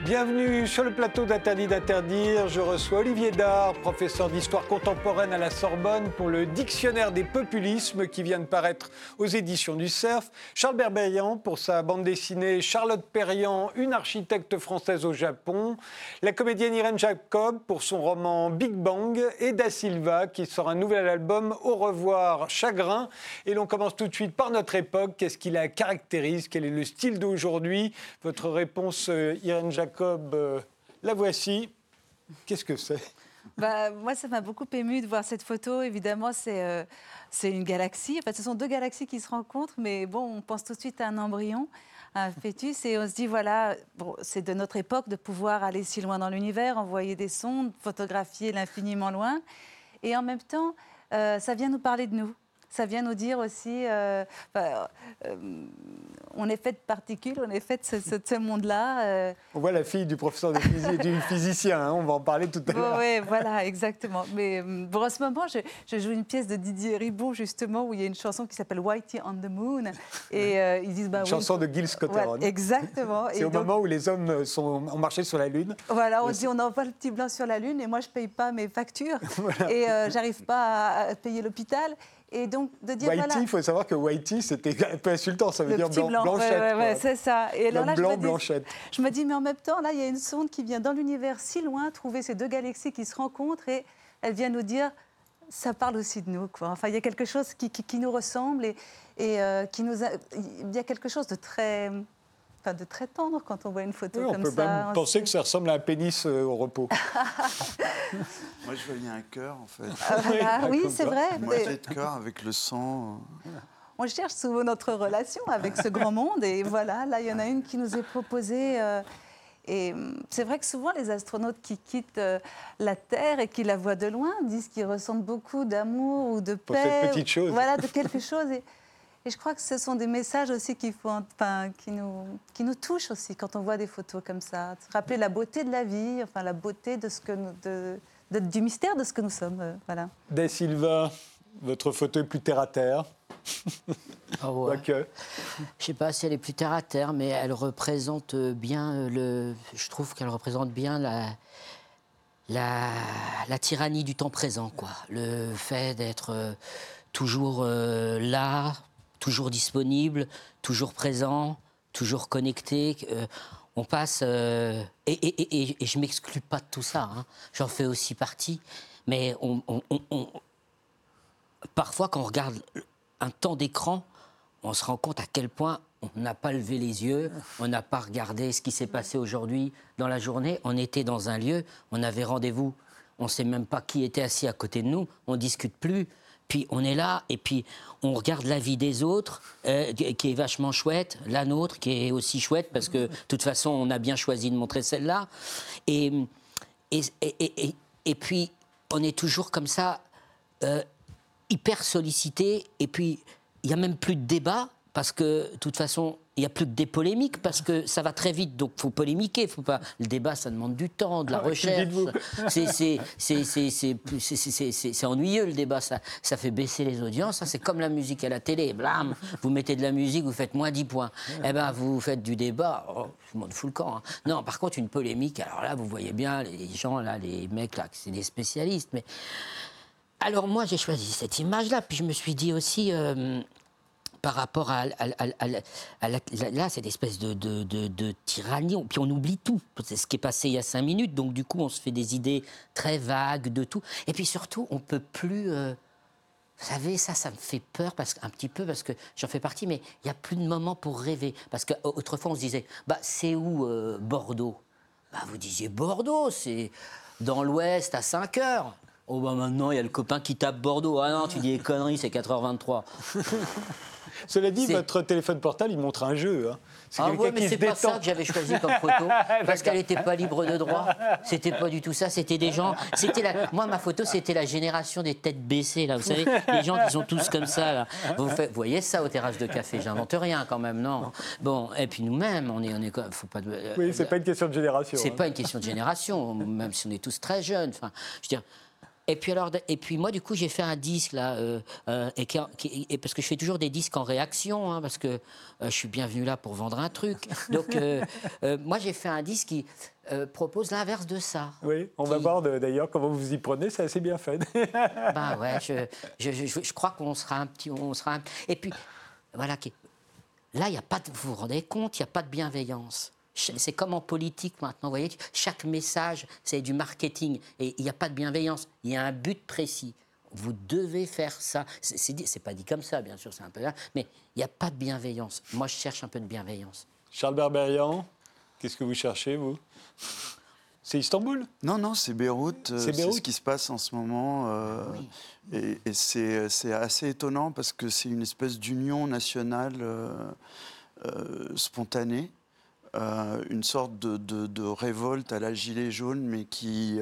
Bienvenue sur le plateau d'Interdit d'interdire. Je reçois Olivier Dard, professeur d'histoire contemporaine à la Sorbonne pour le Dictionnaire des populismes qui vient de paraître aux éditions du Cerf. Charles Berberian pour sa bande dessinée Charlotte Perriand, une architecte française au Japon. La comédienne Irène Jacob pour son roman Big Bang. Et Da Silva qui sort un nouvel album Au revoir Chagrin. Et l'on commence tout de suite par notre époque. Qu'est-ce qui la caractérise? Quel est le style d'aujourd'hui? Votre réponse, Irène Jacob, la voici. Qu'est-ce que c'est? Moi, ça m'a beaucoup émue de voir cette photo. Évidemment, c'est une galaxie. En fait, ce sont deux galaxies qui se rencontrent, mais bon, on pense tout de suite à un embryon, à un fœtus, et on se dit, voilà, bon, c'est de notre époque de pouvoir aller si loin dans l'univers, envoyer des sondes, photographier l'infiniment loin. Et en même temps, ça vient nous parler de nous. Ça vient nous dire aussi, on est fait de particules, on est fait de ce monde-là. On voit la fille du professeur du physicien, hein, on va en parler tout à l'heure. Oui, voilà, exactement. Mais bon, en ce moment, je joue une pièce de Didier Ribon, justement, où il y a une chanson qui s'appelle Whitey on the Moon. Et ils disent, une chanson de Gil Scott-Heron. Voilà, exactement. C'est au moment où les hommes ont marché sur la Lune. Voilà, on dit, on envoie le petit blanc sur la Lune, et moi, je ne paye pas mes factures. Voilà. Et je n'arrive pas à payer l'hôpital. Et donc, de dire, Whitey, il faut savoir que Whitey, c'était un peu insultant, ça veut dire blanchette. Ouais, c'est ça. Et alors là, blanchette. Je me dis, mais en même temps, là, il y a une sonde qui vient dans l'univers si loin, trouver ces deux galaxies qui se rencontrent, et elle vient nous dire, ça parle aussi de nous, quoi. Enfin, il y a quelque chose qui nous ressemble, et il y a quelque chose de très tendre quand on voit une photo comme ça. On peut même penser que ça ressemble à un pénis au repos. Moi, je voyais un cœur, en fait. Oui, c'est vrai. Une moitié de cœur avec le sang. On cherche souvent notre relation avec ce grand monde. Et voilà, là, il y en a une qui nous est proposée. Et c'est vrai que souvent, les astronautes qui quittent la Terre et qui la voient de loin disent qu'ils ressentent beaucoup d'amour ou de paix. Pour cette petite chose. Voilà, de quelque chose. Et je crois que ce sont des messages aussi qui nous touchent aussi quand on voit des photos comme ça. Se rappeler la beauté de la vie, enfin la beauté de du mystère de ce que nous sommes. Voilà. Da Silva, votre photo est plus terre à terre. Oh ouais. Je ne sais pas si elle est plus terre à terre, mais elle représente bien je trouve qu'elle représente bien la tyrannie du temps présent, quoi. Le fait d'être toujours là, toujours disponible, toujours présent, toujours connecté. On passe... et je ne m'exclus pas de tout ça, hein. J'en fais aussi partie. Mais parfois, quand on regarde un temps d'écran, on se rend compte à quel point on n'a pas levé les yeux, on n'a pas regardé ce qui s'est passé aujourd'hui dans la journée. On était dans un lieu, on avait rendez-vous, on ne sait même pas qui était assis à côté de nous, on ne discute plus. Puis on est là, et puis on regarde la vie des autres, qui est vachement chouette, la nôtre, qui est aussi chouette, parce que de toute façon, on a bien choisi de montrer celle-là. Et puis, on est toujours comme ça, hyper sollicité, et puis, il n'y a même plus de débat, parce que, de toute façon, il n'y a plus que des polémiques, parce que ça va très vite, donc il faut polémiquer, faut pas... Le débat, ça demande du temps, de la recherche. C'est ennuyeux, le débat, ça fait baisser les audiences, hein. C'est comme la musique à la télé, blam, vous mettez de la musique, vous faites moins 10 points. Eh bien, vous faites du débat, tout le monde fout le camp, hein. Non, par contre, une polémique, alors là, vous voyez bien, les gens, là, les mecs, là, c'est des spécialistes, mais... Alors, moi, j'ai choisi cette image-là, puis je me suis dit aussi... par rapport à là, cette espèce de tyrannie, puis on oublie tout. C'est ce qui est passé il y a 5 minutes, donc du coup, on se fait des idées très vagues de tout. Et puis surtout, on ne peut plus... vous savez, ça me fait peur, un petit peu, parce que j'en fais partie, mais il n'y a plus de moment pour rêver. Parce qu'autrefois, on se disait, c'est où Bordeaux? Vous disiez Bordeaux, c'est dans l'ouest à 5 heures. Oh, maintenant, il y a le copain qui tape Bordeaux. Ah non, tu dis des conneries, c'est 4h23. Cela dit, votre téléphone portable, il montre un jeu. Hein. Ouais, mais c'est pas ça que j'avais choisi comme photo, parce qu'elle n'était pas libre de droit. C'était pas du tout ça. C'était des gens. Moi, ma photo, c'était la génération des têtes baissées, là. Vous savez, les gens qui sont tous comme ça, là. Vous voyez ça aux terrasses de café. J'invente rien, quand même, non. Bon, et puis nous-mêmes, on est faut pas. Oui, c'est pas une question de génération. C'est pas une question de génération, même si on est tous très jeunes. Enfin, je veux dire. Et puis moi, du coup, j'ai fait un disque, là, parce que je fais toujours des disques en réaction, hein, parce que je suis bien venu là pour vendre un truc. Donc, moi, j'ai fait un disque qui propose l'inverse de ça. Oui, on va voir d'ailleurs comment vous y prenez, c'est assez bien fait. Ben ouais, je crois qu'on sera un petit... Et puis, voilà, là, il n'y a pas vous vous rendez compte, il n'y a pas de bienveillance. C'est comme en politique maintenant, vous voyez, chaque message, c'est du marketing. Et il n'y a pas de bienveillance, il y a un but précis. Vous devez faire ça. C'est pas dit comme ça, bien sûr, c'est un peu là, mais il n'y a pas de bienveillance. Moi, je cherche un peu de bienveillance. Charles Berberian, qu'est-ce que vous cherchez, vous ? C'est Istanbul ? Non, c'est Beyrouth. C'est C'est Beyrouth ce qui se passe en ce moment. Oui. Et c'est assez étonnant parce que c'est une espèce d'union nationale spontanée. Une sorte de révolte à la gilet jaune, mais qui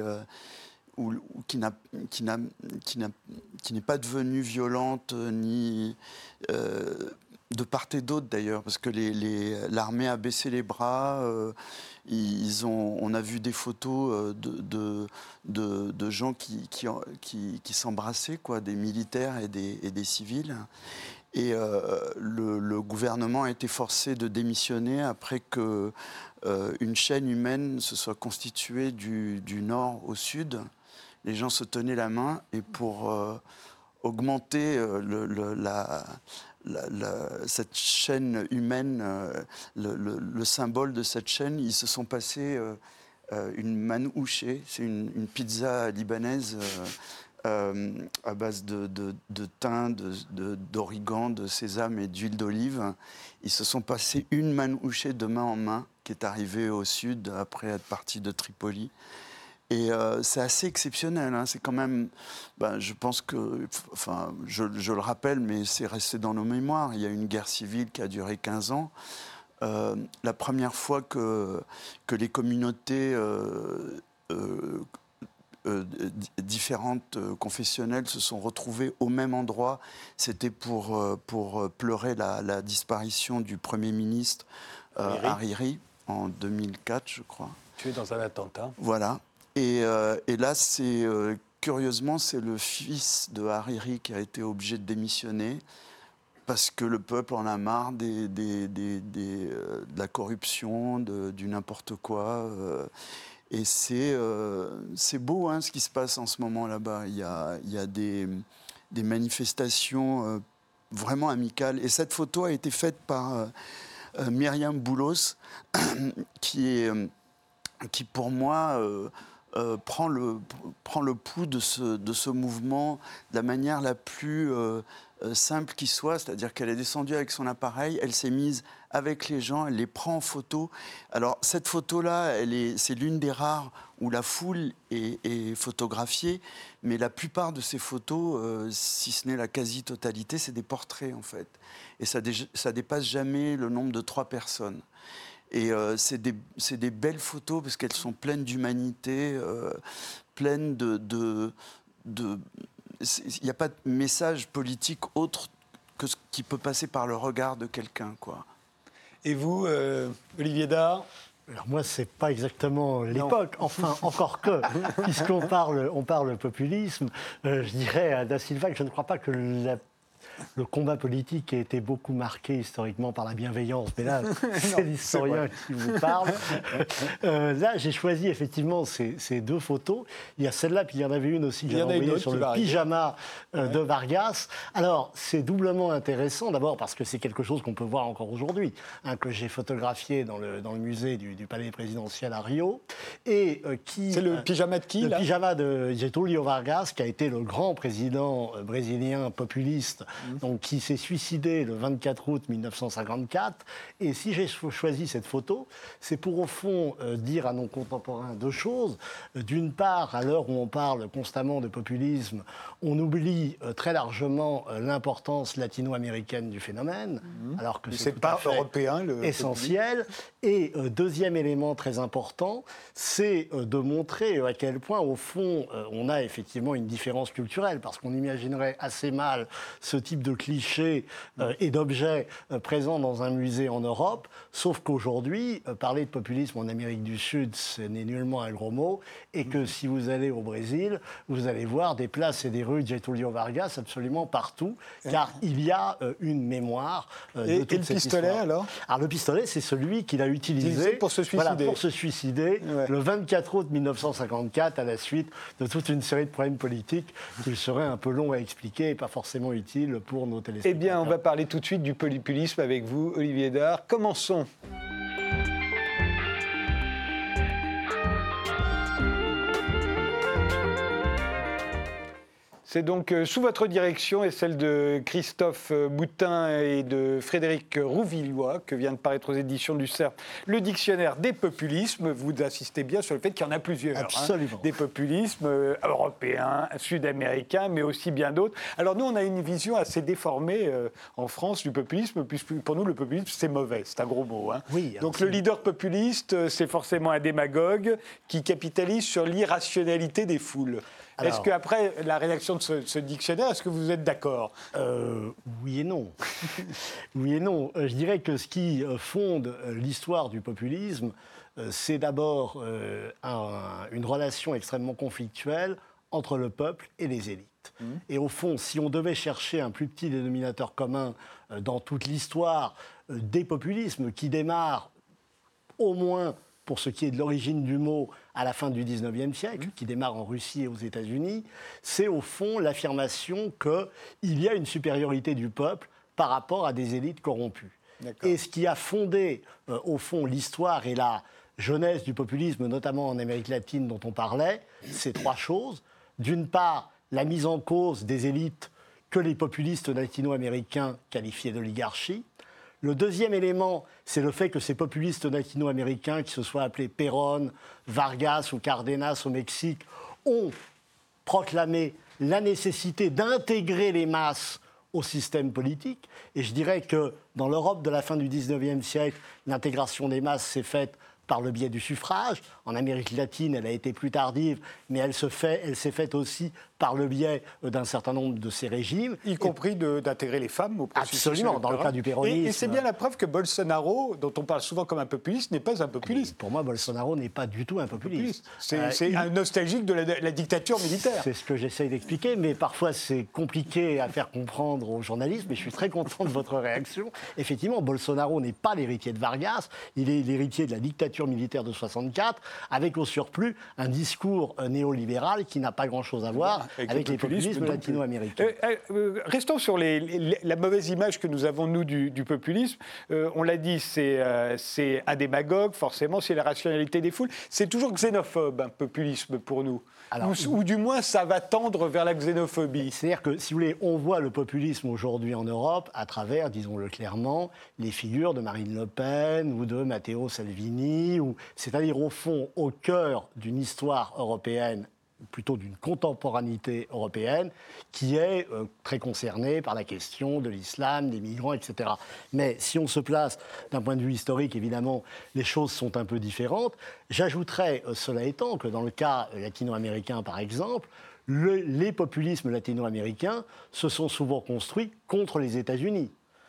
n'est pas devenue violente, ni de part et d'autre d'ailleurs, parce que l'armée a baissé les bras. On a vu des photos de gens qui s'embrassaient, quoi, des militaires et des civils. Et le gouvernement a été forcé de démissionner après que une chaîne humaine se soit constituée du nord au sud. Les gens se tenaient la main et pour augmenter cette chaîne humaine, le symbole de cette chaîne, ils se sont passés une manouché, c'est une pizza libanaise à base de thym, d'origan, de sésame et d'huile d'olive. Ils se sont passés une manouché de main en main qui est arrivée au sud après être partie de Tripoli. Et c'est assez exceptionnel, hein. C'est quand même, je pense que, enfin, je le rappelle, mais c'est resté dans nos mémoires. Il y a une guerre civile qui a duré 15 ans. La première fois que les communautés différentes confessionnelles se sont retrouvées au même endroit, c'était pour pleurer la disparition du Premier ministre Hariri en 2004, je crois. Tué dans un attentat. Voilà. Et là, curieusement, c'est le fils de Hariri qui a été obligé de démissionner parce que le peuple en a marre de la corruption, du n'importe quoi. Et c'est beau, hein, ce qui se passe en ce moment là-bas. Il y a des manifestations vraiment amicales. Et cette photo a été faite par Myriam Boulos, qui pour moi prend le pouls de ce mouvement de la manière la plus simple qui soit, c'est-à-dire qu'elle est descendue avec son appareil, elle s'est mise avec les gens, elle les prend en photo. Alors cette photo-là, c'est l'une des rares où la foule est photographiée, mais la plupart de ces photos, si ce n'est la quasi-totalité, c'est des portraits en fait. Et ça dépasse jamais le nombre de 3 personnes. Et c'est des belles photos parce qu'elles sont pleines d'humanité, pleines il n'y a pas de message politique autre que ce qui peut passer par le regard de quelqu'un, quoi. Et vous, Olivier Dahr ? Alors moi, c'est pas exactement l'époque, enfin, encore que, puisqu'on parle populisme, je dirais à Da Silva que je ne crois pas que le combat politique a été beaucoup marqué historiquement par la bienveillance, mais là, c'est l'historien qui vous parle. Là, j'ai choisi effectivement ces 2 photos. Il y a celle-là, puis il y en avait une aussi que j'avais envoyée sur le pyjama de Vargas. Alors, c'est doublement intéressant, d'abord parce que c'est quelque chose qu'on peut voir encore aujourd'hui, hein, que j'ai photographié dans le musée du Palais présidentiel à Rio. Et c'est le pyjama de qui, là ? Le pyjama de Getúlio Vargas, qui a été le grand président brésilien populiste, donc, qui s'est suicidé le 24 août 1954. Et si j'ai choisi cette photo, c'est pour, au fond, dire à nos contemporains 2 choses. D'une part, à l'heure où on parle constamment de populisme, on oublie très largement l'importance latino-américaine du phénomène, alors que c'est pas européen, essentiel. Et deuxième élément très important, c'est de montrer à quel point, au fond, on a effectivement une différence culturelle, parce qu'on imaginerait assez mal ce type de clichés et d'objets présents dans un musée en Europe, sauf qu'aujourd'hui, parler de populisme en Amérique du Sud, ce n'est nullement un gros mot, et que si vous allez au Brésil, vous allez voir des places et des rues de Getúlio Vargas absolument partout, car il y a une mémoire de toute cette pistolet, histoire. alors le pistolet, c'est celui qu'il a utilisé pour se suicider. Voilà, pour se suicider le 24 août 1954 à la suite de toute une série de problèmes politiques qu'il serait un peu long à expliquer et pas forcément utile pour nos téléspectateurs. Eh bien, on va parler tout de suite du populisme avec vous, Olivier Dard. Commençons. C'est donc sous votre direction et celle de Christophe Boutin et de Frédéric Rouvillois que vient de paraître aux éditions du Cerf le dictionnaire des populismes. Vous insistez bien sur le fait qu'il y en a plusieurs. Absolument. Des populismes européens, sud-américains, mais aussi bien d'autres. Alors nous, on a une vision assez déformée en France du populisme, puisque pour nous, le populisme, c'est mauvais. C'est un gros mot. Oui, donc le leader populiste, c'est forcément un démagogue qui capitalise sur l'irrationalité des foules. Est-ce qu'après la rédaction de ce dictionnaire, est-ce que vous êtes d'accord ? Oui et non. Oui et non. Je dirais que ce qui fonde l'histoire du populisme, c'est d'abord une relation extrêmement conflictuelle entre le peuple et les élites. Et au fond, si on devait chercher un plus petit dénominateur commun dans toute l'histoire des populismes qui démarrent au moins pour ce qui est de l'origine du mot à la fin du XIXe siècle, qui démarre en Russie et aux États-Unis, c'est au fond l'affirmation qu'il y a une supériorité du peuple par rapport à des élites corrompues. Et ce qui a fondé, au fond, l'histoire et la jeunesse du populisme, notamment en Amérique latine dont on parlait, c'est trois choses. D'une part, la mise en cause des élites que les populistes latino-américains qualifiaient d'oligarchie. Le deuxième élément, c'est le fait que ces populistes latino-américains, qui se soient appelés Perón, Vargas ou Cárdenas au Mexique, ont proclamé la nécessité d'intégrer les masses au système politique. Et je dirais que dans l'Europe de la fin du XIXe siècle, l'intégration des masses s'est faite par le biais du suffrage. En Amérique latine, elle a été plus tardive, mais elle s'est faite aussi par le biais d'un certain nombre de ces régimes. Y compris d'intégrer les femmes au processus Absolument, électoral. dans le cas du péronisme. Et c'est bien la preuve que Bolsonaro, dont on parle souvent comme un populiste, n'est pas un populiste. Pour moi, Bolsonaro n'est pas du tout un populiste. C'est un nostalgique de la dictature militaire. C'est ce que j'essaye d'expliquer, mais parfois c'est compliqué à faire comprendre aux journalistes, mais je suis très content de votre réaction. Effectivement, Bolsonaro n'est pas l'héritier de Vargas, il est l'héritier de la dictature militaire de 64, avec au surplus un discours néolibéral qui n'a pas grand-chose à voir avec les populismes latino-américains. Restons sur la mauvaise image que nous avons, nous, du populisme. On l'a dit, c'est un démagogue, forcément, c'est la rationalité des foules. C'est toujours xénophobe, un populisme, pour nous. Ou du moins, ça va tendre vers la xénophobie. C'est-à-dire que, si vous voulez, on voit le populisme aujourd'hui en Europe à travers, disons-le clairement, les figures de Marine Le Pen ou de Matteo Salvini, c'est-à-dire, au fond, au cœur d'une histoire européenne, plutôt d'une contemporanéité européenne, qui est très concernée par la question de l'islam, des migrants, etc. Mais si on se place d'un point de vue historique, évidemment, les choses sont un peu différentes. J'ajouterais, cela étant, que dans le cas latino-américain, par exemple, les populismes latino-américains se sont souvent construits contre les États-Unis.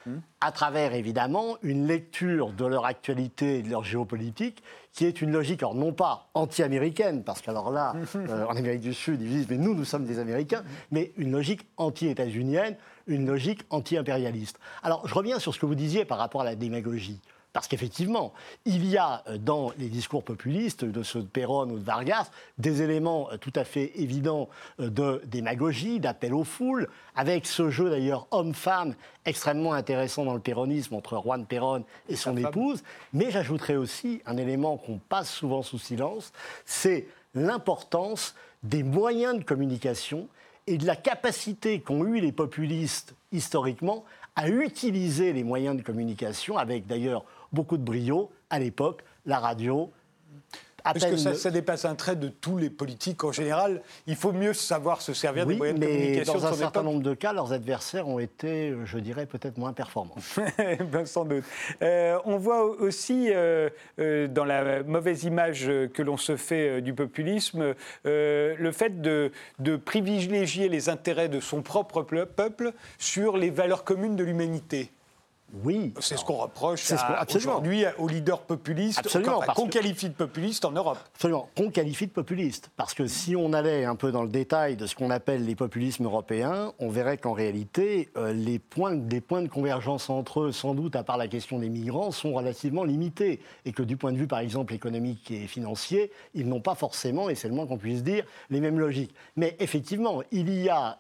À travers, évidemment, une lecture de leur actualité et de leur géopolitique qui est une logique, alors non pas anti-américaine, parce qu'alors là, en Amérique du Sud, ils disent « mais nous sommes des Américains », mais une logique anti-états-unienne, une logique anti-impérialiste. Alors, je reviens sur ce que vous disiez par rapport à la démagogie. Parce qu'effectivement, il y a dans les discours populistes de ceux de Perón ou de Vargas des éléments tout à fait évidents de démagogie, d'appel aux foules, avec ce jeu d'ailleurs homme-femme extrêmement intéressant dans le péronisme entre Juan Perón et son épouse. Mais j'ajouterais aussi un élément qu'on passe souvent sous silence, c'est l'importance des moyens de communication et de la capacité qu'ont eu les populistes historiquement à utiliser les moyens de communication, avec d'ailleurs beaucoup de brio, à l'époque, la radio, Parce que ça dépasse un trait de tous les politiques en général. Il faut mieux savoir se servir des moyens de communication. Dans un certain nombre de cas, leurs adversaires ont été, je dirais, peut-être moins performants. Ben, sans doute. On voit aussi, dans la mauvaise image que l'on se fait du populisme, le fait de privilégier les intérêts de son propre peuple sur les valeurs communes de l'humanité. Oui. C'est ce qu'on reproche absolument. aujourd'hui aux leaders populistes, qu'on qualifie de populistes en Europe. Absolument, qu'on qualifie de populistes. Parce que si on allait un peu dans le détail de ce qu'on appelle les populismes européens, on verrait qu'en réalité, des points de convergence entre eux, sans doute à part la question des migrants, sont relativement limités. Et que du point de vue, par exemple, économique et financier, ils n'ont pas forcément, et c'est le moins qu'on puisse dire, les mêmes logiques. Mais effectivement, il y a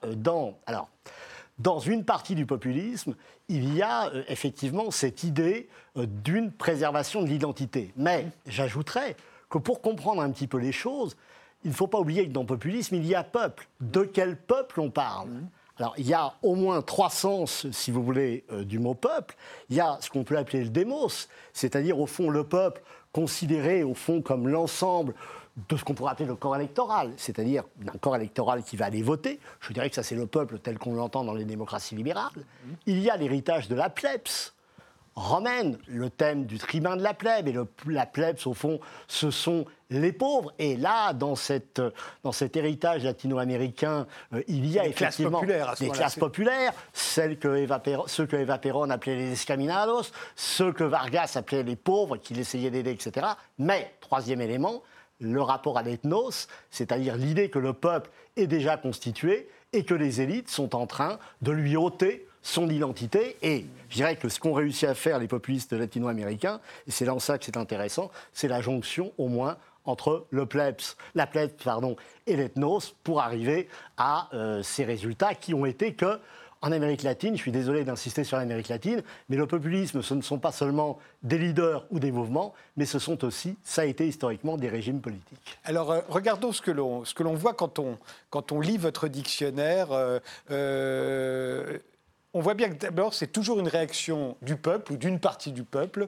dans une partie du populisme, il y a effectivement cette idée d'une préservation de l'identité. Mais j'ajouterais que pour comprendre un petit peu les choses, il ne faut pas oublier que dans le populisme, il y a peuple. De quel peuple on parle ? Alors, il y a au moins 3 sens, si vous voulez, du mot peuple. Il y a ce qu'on peut appeler le démos, c'est-à-dire, au fond, le peuple considéré, au fond, comme l'ensemble de ce qu'on pourrait appeler le corps électoral, c'est-à-dire un corps électoral qui va aller voter. Je dirais que ça, c'est le peuple tel qu'on l'entend dans les démocraties libérales. Il y a l'héritage de la plebs romaine, le thème du tribun de la plèbe. Et la plebs, au fond, ce sont les pauvres. Et là, dans cet héritage latino-américain, il y a effectivement des classes populaires, ceux que Eva Perón appelait les escaminados, ceux que Vargas appelait les pauvres, qu'il essayait d'aider, etc. Mais, troisième élément, le rapport à l'ethnos, c'est-à-dire l'idée que le peuple est déjà constitué et que les élites sont en train de lui ôter son identité. Et je dirais que ce qu'ont réussi à faire les populistes latino-américains, et c'est dans ça que c'est intéressant, c'est la jonction au moins entre la plebs et l'ethnos pour arriver à ces résultats qui ont été que, en Amérique latine, je suis désolé d'insister sur l'Amérique latine, mais le populisme, ce ne sont pas seulement des leaders ou des mouvements, mais ce sont aussi, ça a été historiquement, des régimes politiques. Alors, regardons ce que l'on voit quand on lit votre dictionnaire. On voit bien que d'abord, c'est toujours une réaction du peuple ou d'une partie du peuple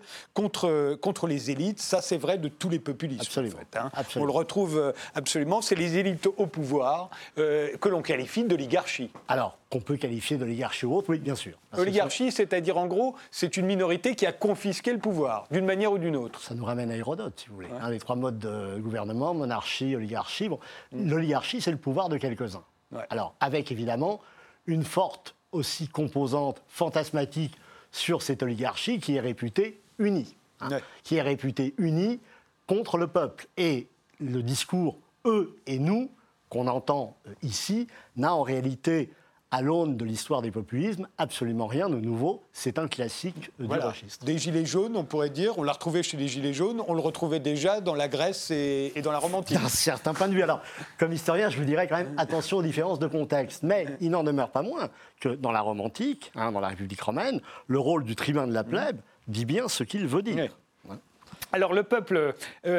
contre les élites. Ça, c'est vrai de tous les populismes. Absolument. En fait, hein. Absolument. On le retrouve absolument. C'est les élites au pouvoir que l'on qualifie d'oligarchie. Alors, qu'on peut qualifier d'oligarchie ou autre, oui, bien sûr. Oligarchie, c'est-à-dire, en gros, c'est une minorité qui a confisqué le pouvoir, d'une manière ou d'une autre. Ça nous ramène à Hérodote, si vous voulez. Les 3 modes de gouvernement, monarchie, oligarchie. Bon, l'oligarchie, c'est le pouvoir de quelques-uns. Ouais. Alors, avec évidemment une forte aussi composante fantasmatique sur cette oligarchie qui est réputée unie. Qui est réputée unie contre le peuple. Et le discours « eux et nous » qu'on entend ici n'a en réalité, à l'aune de l'histoire des populismes, absolument rien de nouveau. C'est un classique du registre. Des gilets jaunes, on pourrait dire. On l'a retrouvé chez les gilets jaunes. On le retrouvait déjà dans la Grèce et dans la Rome antique. D'un certain point de vue. Alors, comme historien, je vous dirais quand même attention aux différences de contexte. Mais il n'en demeure pas moins que dans la Rome antique, dans la République romaine, le rôle du tribun de la plèbe dit bien ce qu'il veut dire. Oui. Alors le peuple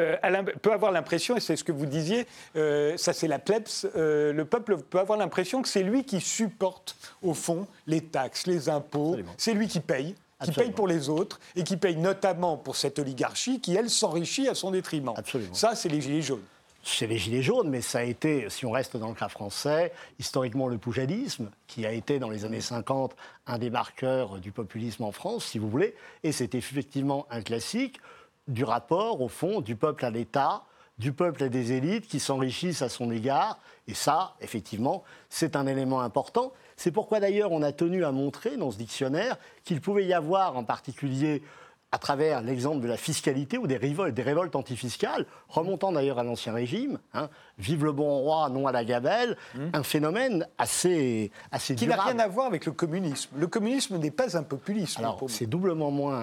peut avoir l'impression, et c'est ce que vous disiez, ça c'est la plebs, le peuple peut avoir l'impression que c'est lui qui supporte au fond les taxes, les impôts, Absolument. C'est lui qui paye. Qui Absolument. paye pour les autres et qui paye notamment pour cette oligarchie qui, elle, s'enrichit à son détriment. Absolument. Ça, c'est les gilets jaunes. C'est les gilets jaunes, mais ça a été, si on reste dans le cas français, historiquement le poujadisme, qui a été dans les années 50 un des marqueurs du populisme en France, si vous voulez, et c'est effectivement un classique du rapport, au fond, du peuple à l'État, du peuple à des élites qui s'enrichissent à son égard, et ça, effectivement, c'est un élément important. C'est pourquoi d'ailleurs on a tenu à montrer dans ce dictionnaire qu'il pouvait y avoir en particulier à travers l'exemple de la fiscalité ou des révoltes antifiscales, remontant d'ailleurs à l'Ancien Régime, vive le bon roi, non à la gabelle, un phénomène assez Qui durable. n'a rien à voir avec le communisme. Le communisme n'est pas un populisme. Alors, c'est doublement moins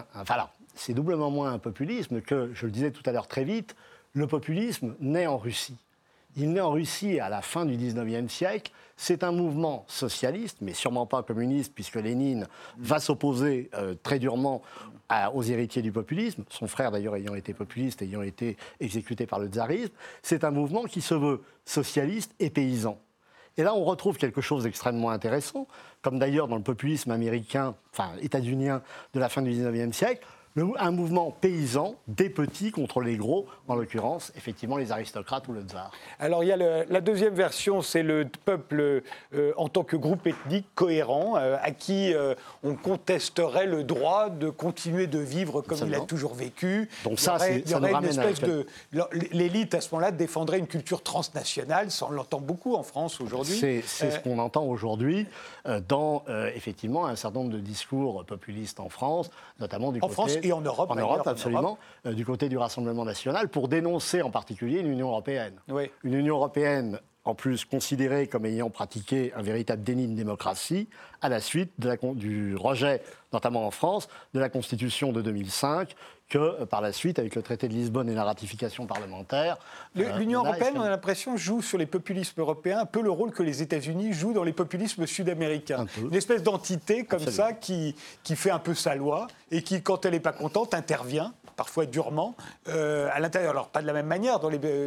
un populisme que, je le disais tout à l'heure très vite, le populisme naît en Russie. Il naît en Russie à la fin du 19e siècle. C'est un mouvement socialiste, mais sûrement pas communiste, puisque Lénine va s'opposer très durement aux héritiers du populisme, son frère d'ailleurs ayant été populiste, ayant été exécuté par le tsarisme. C'est un mouvement qui se veut socialiste et paysan. Et là, on retrouve quelque chose d'extrêmement intéressant, comme d'ailleurs dans le populisme américain, enfin états-unien de la fin du 19e siècle, un mouvement paysan, des petits contre les gros, en l'occurrence, effectivement, les aristocrates ou le tsar. Alors, il y a la deuxième version, c'est le peuple en tant que groupe ethnique cohérent, à qui on contesterait le droit de continuer de vivre comme il a toujours vécu. Donc il y aurait une espèce de... L'élite, à ce moment-là, défendrait une culture transnationale, ça on l'entend beaucoup en France aujourd'hui. C'est ce qu'on entend aujourd'hui dans, effectivement, un certain nombre de discours populistes en France, notamment du côté... En France et en Europe. En Europe, absolument, du côté du Rassemblement national, pour dénoncer en particulier l'Union européenne. Oui. Une Union européenne, en plus, considérée comme ayant pratiqué un véritable déni de démocratie, à la suite du rejet, notamment en France, de la Constitution de 2005, que par la suite, avec le traité de Lisbonne et la ratification parlementaire... L'Union européenne, on a l'impression, joue sur les populismes européens un peu le rôle que les États-Unis jouent dans les populismes sud-américains. Une espèce d'entité comme ça qui fait un peu sa loi et qui, quand elle n'est pas contente, intervient, parfois durement, à l'intérieur. Alors, pas de la même manière.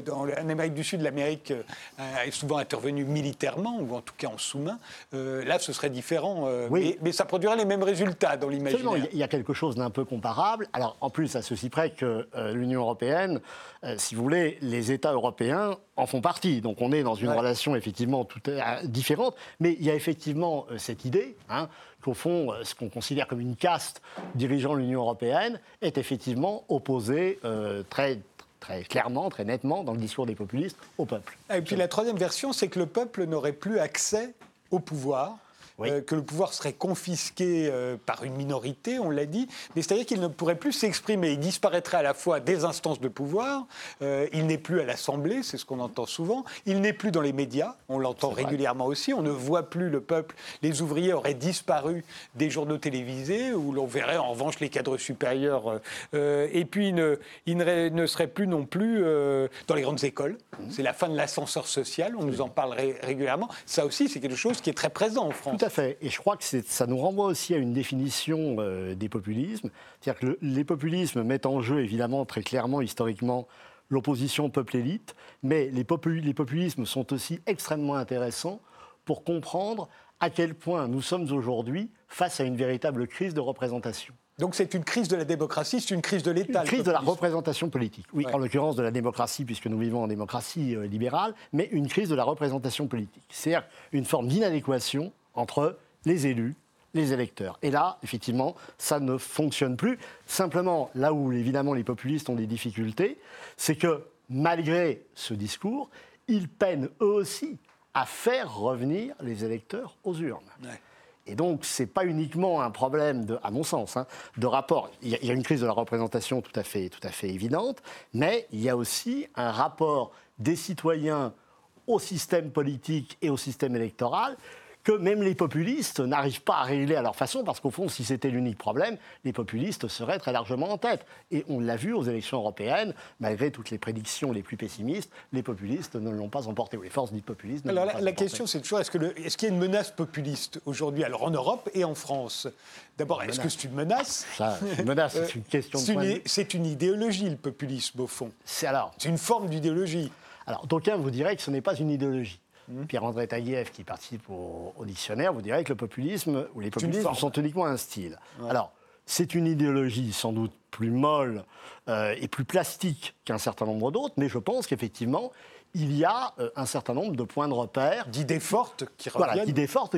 En Amérique du Sud, l'Amérique est souvent intervenue militairement, ou en tout cas en sous-main. Là, ce serait différent. Oui. Mais ça produirait les mêmes résultats dans l'imaginaire. Absolument, il y a quelque chose d'un peu comparable. Alors, en plus, à ceci près que l'Union européenne, si vous voulez, les États européens en font partie. Donc, on est dans une relation effectivement différente. Mais il y a effectivement cette idée, qu'au fond, ce qu'on considère comme une caste dirigeant l'Union européenne est effectivement opposée très clairement, très nettement, dans le discours des populistes, au peuple. Et puis la troisième version, c'est que le peuple n'aurait plus accès au pouvoir. Oui. Que le pouvoir serait confisqué par une minorité, on l'a dit, mais c'est-à-dire qu'il ne pourrait plus s'exprimer. Il disparaîtrait à la fois des instances de pouvoir, il n'est plus à l'Assemblée, c'est ce qu'on entend souvent, il n'est plus dans les médias, on l'entend régulièrement aussi, on ne voit plus le peuple, les ouvriers auraient disparu des journaux télévisés, où l'on verrait en revanche les cadres supérieurs, et puis il ne serait plus non plus dans les grandes écoles. C'est la fin de l'ascenseur social, on nous en parle régulièrement. Ça aussi, c'est quelque chose qui est très présent en France. Tout à fait. Et je crois que ça nous renvoie aussi à une définition des populismes. C'est-à-dire que les populismes mettent en jeu, évidemment, très clairement, historiquement, l'opposition peuple-élite. Mais les populismes sont aussi extrêmement intéressants pour comprendre à quel point nous sommes aujourd'hui face à une véritable crise de représentation. Donc c'est une crise de la démocratie, c'est une crise de l'État. Une crise de la représentation politique, oui, en l'occurrence de la démocratie, puisque nous vivons en démocratie libérale, mais une crise de la représentation politique. C'est-à-dire une forme d'inadéquation entre les élus, les électeurs. Et là, effectivement, ça ne fonctionne plus. Simplement, là où évidemment les populistes ont des difficultés, c'est que malgré ce discours, ils peinent eux aussi à faire revenir les électeurs aux urnes. Ouais. Et donc, ce n'est pas uniquement un problème, à mon sens, de rapport. Il y a une crise de la représentation tout à fait évidente, mais il y a aussi un rapport des citoyens au système politique et au système électoral que même les populistes n'arrivent pas à régler à leur façon, parce qu'au fond, si c'était l'unique problème, les populistes seraient très largement en tête. Et on l'a vu aux élections européennes, malgré toutes les prédictions les plus pessimistes, les populistes ne l'ont pas emporté, ou les forces dites populistes ne l'ont pas emporté. La question, c'est toujours, est-ce qu'il y a une menace populiste aujourd'hui, alors en Europe et en France? D'abord, est-ce que c'est une menace? Une menace, c'est une question de point de vue. C'est une idéologie, le populisme, au fond. C'est une forme d'idéologie. Alors, d'aucuns vous diraient que ce n'est pas une idéologie. Pierre-André Taguieff, qui participe au dictionnaire, vous dirait que le populisme ou les populismes sont uniquement un style. Ouais. Alors, c'est une idéologie sans doute plus molle et plus plastique qu'un certain nombre d'autres, mais je pense qu'effectivement, il y a un certain nombre de points de repère. D'idées fortes qui reviennent. Voilà, d'idées fortes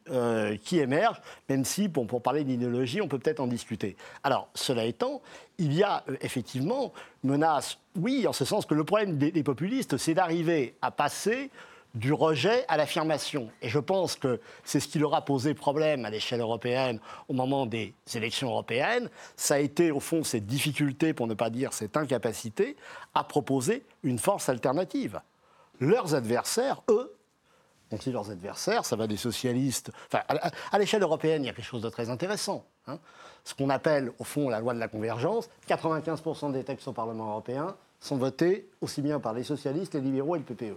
qui émergent, même si, bon, pour parler d'idéologie, on peut peut-être en discuter. Alors, cela étant, il y a effectivement menace, oui, en ce sens que le problème des populistes, c'est d'arriver à passer du rejet à l'affirmation. Et je pense que c'est ce qui leur a posé problème à l'échelle européenne au moment des élections européennes. Ça a été, au fond, cette difficulté, pour ne pas dire cette incapacité, à proposer une force alternative. Leurs adversaires, eux, donc leurs adversaires, ça va des socialistes... Enfin, à l'échelle européenne, il y a quelque chose de très intéressant. Ce qu'on appelle, au fond, la loi de la convergence. 95% des textes au Parlement européen sont votés aussi bien par les socialistes, les libéraux et le PPE.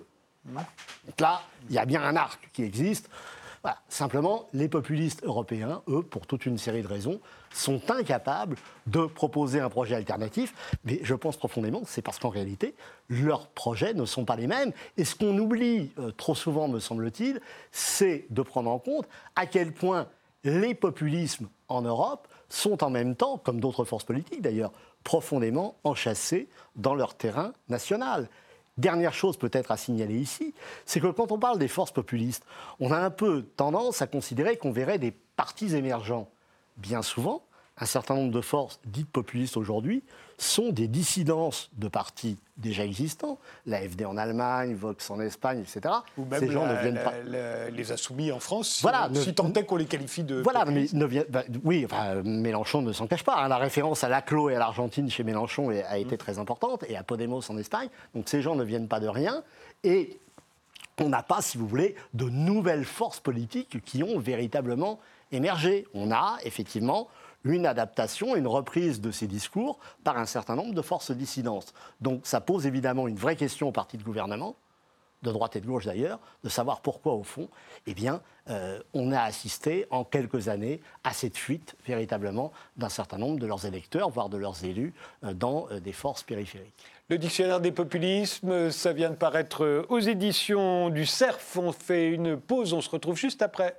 Donc là, il y a bien un arc qui existe. Voilà. Simplement, les populistes européens, eux, pour toute une série de raisons, sont incapables de proposer un projet alternatif. Mais je pense profondément que c'est parce qu'en réalité, leurs projets ne sont pas les mêmes. Et ce qu'on oublie trop souvent, me semble-t-il, c'est de prendre en compte à quel point les populismes en Europe sont en même temps, comme d'autres forces politiques d'ailleurs, profondément enchâssés dans leur terrain national. Dernière chose peut-être à signaler ici, c'est que quand on parle des forces populistes, on a un peu tendance à considérer qu'on verrait des partis émergents. Bien souvent, un certain nombre de forces dites populistes aujourd'hui sont des dissidences de partis déjà existants, l'AfD en Allemagne, Vox en Espagne, etc. Ou même Ces gens ne viennent pas. les Insoumis en France, Voilà, si tant est qu'on les qualifie de Voilà, mais populistes. oui, enfin, Mélenchon ne s'en cache pas. Hein. La référence à l'ACLO et à l'Argentine chez Mélenchon a été très importante, et à Podemos en Espagne. Donc ces gens ne viennent pas de rien. Et on n'a pas, si vous voulez, de nouvelles forces politiques qui ont véritablement émergé. On a effectivement une adaptation, une reprise de ces discours par un certain nombre de forces dissidentes. Donc ça pose évidemment une vraie question aux partis de gouvernement, de droite et de gauche d'ailleurs, de savoir pourquoi, au fond, on a assisté en quelques années à cette fuite, véritablement, d'un certain nombre de leurs électeurs, voire de leurs élus, dans des forces périphériques. Le dictionnaire des populismes, ça vient de paraître aux éditions du Cerf. On fait une pause, on se retrouve juste après.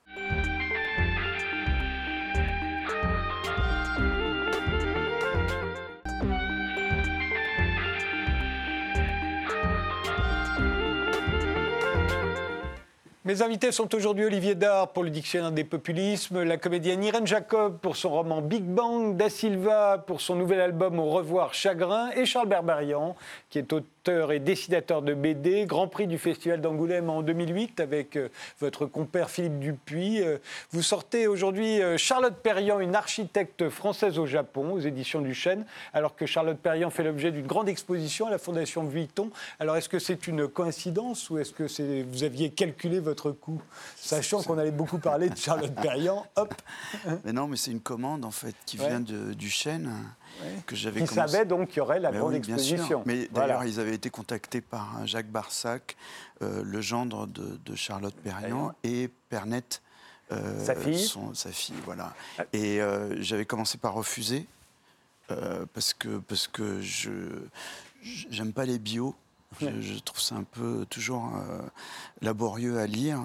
Mes invités sont aujourd'hui Olivier Dahr pour le dictionnaire des populismes, la comédienne Irène Jacob pour son roman Big Bang, Da Silva pour son nouvel album Au revoir Chagrin et Charles Berberian qui est auteur et dessinateur de BD, Grand Prix du Festival d'Angoulême en 2008 avec votre compère Philippe Dupuis. Vous sortez aujourd'hui Charlotte Perriand, une architecte française au Japon, aux éditions du Chêne, alors que Charlotte Perriand fait l'objet d'une grande exposition à la Fondation Vuitton. Alors est-ce que c'est une coïncidence ou est-ce que vous aviez calculé votre coût, sachant qu'on allait beaucoup parler de Charlotte Perriand, hop. Mais non, mais c'est une commande en fait qui vient du Chêne. Que j'avais qui savait donc qu'il y aurait la grande exposition. Sûr. Mais d'ailleurs, ils avaient été contactés par Jacques Barsac, le gendre de Charlotte Perriand, et Pernette, sa fille. Sa fille, voilà. Et j'avais commencé par refuser, parce que je n'aime pas les bios. Je trouve ça un peu toujours laborieux à lire.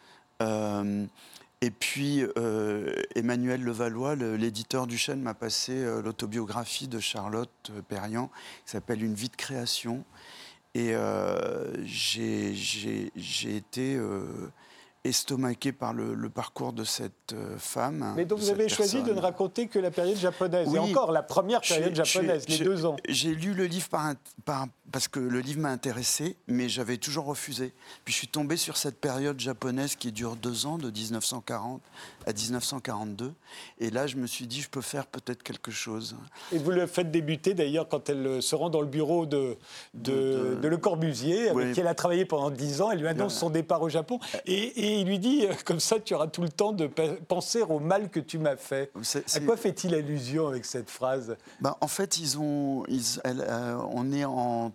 Et puis, Emmanuel Levallois, l'éditeur du Chêne, m'a passé l'autobiographie de Charlotte Perriand, qui s'appelle « Une vie de création ». Et j'ai été estomaqué par le parcours de cette femme. Mais donc vous avez choisi de ne raconter que la période japonaise, oui, et encore la première période japonaise, les 2 ans. J'ai lu le livre parce que le livre m'a intéressé, mais j'avais toujours refusé. Puis je suis tombé sur cette période japonaise qui dure 2 ans, de 1940 à 1942. Et là, je me suis dit, je peux faire peut-être quelque chose. Et vous le faites débuter, d'ailleurs, quand elle se rend dans le bureau de Le Corbusier, avec qui elle a travaillé pendant 10 ans. Elle lui annonce son départ au Japon. Et il lui dit, comme ça, tu auras tout le temps de penser au mal que tu m'as fait. À quoi fait-il allusion avec cette phrase ? En fait, on est en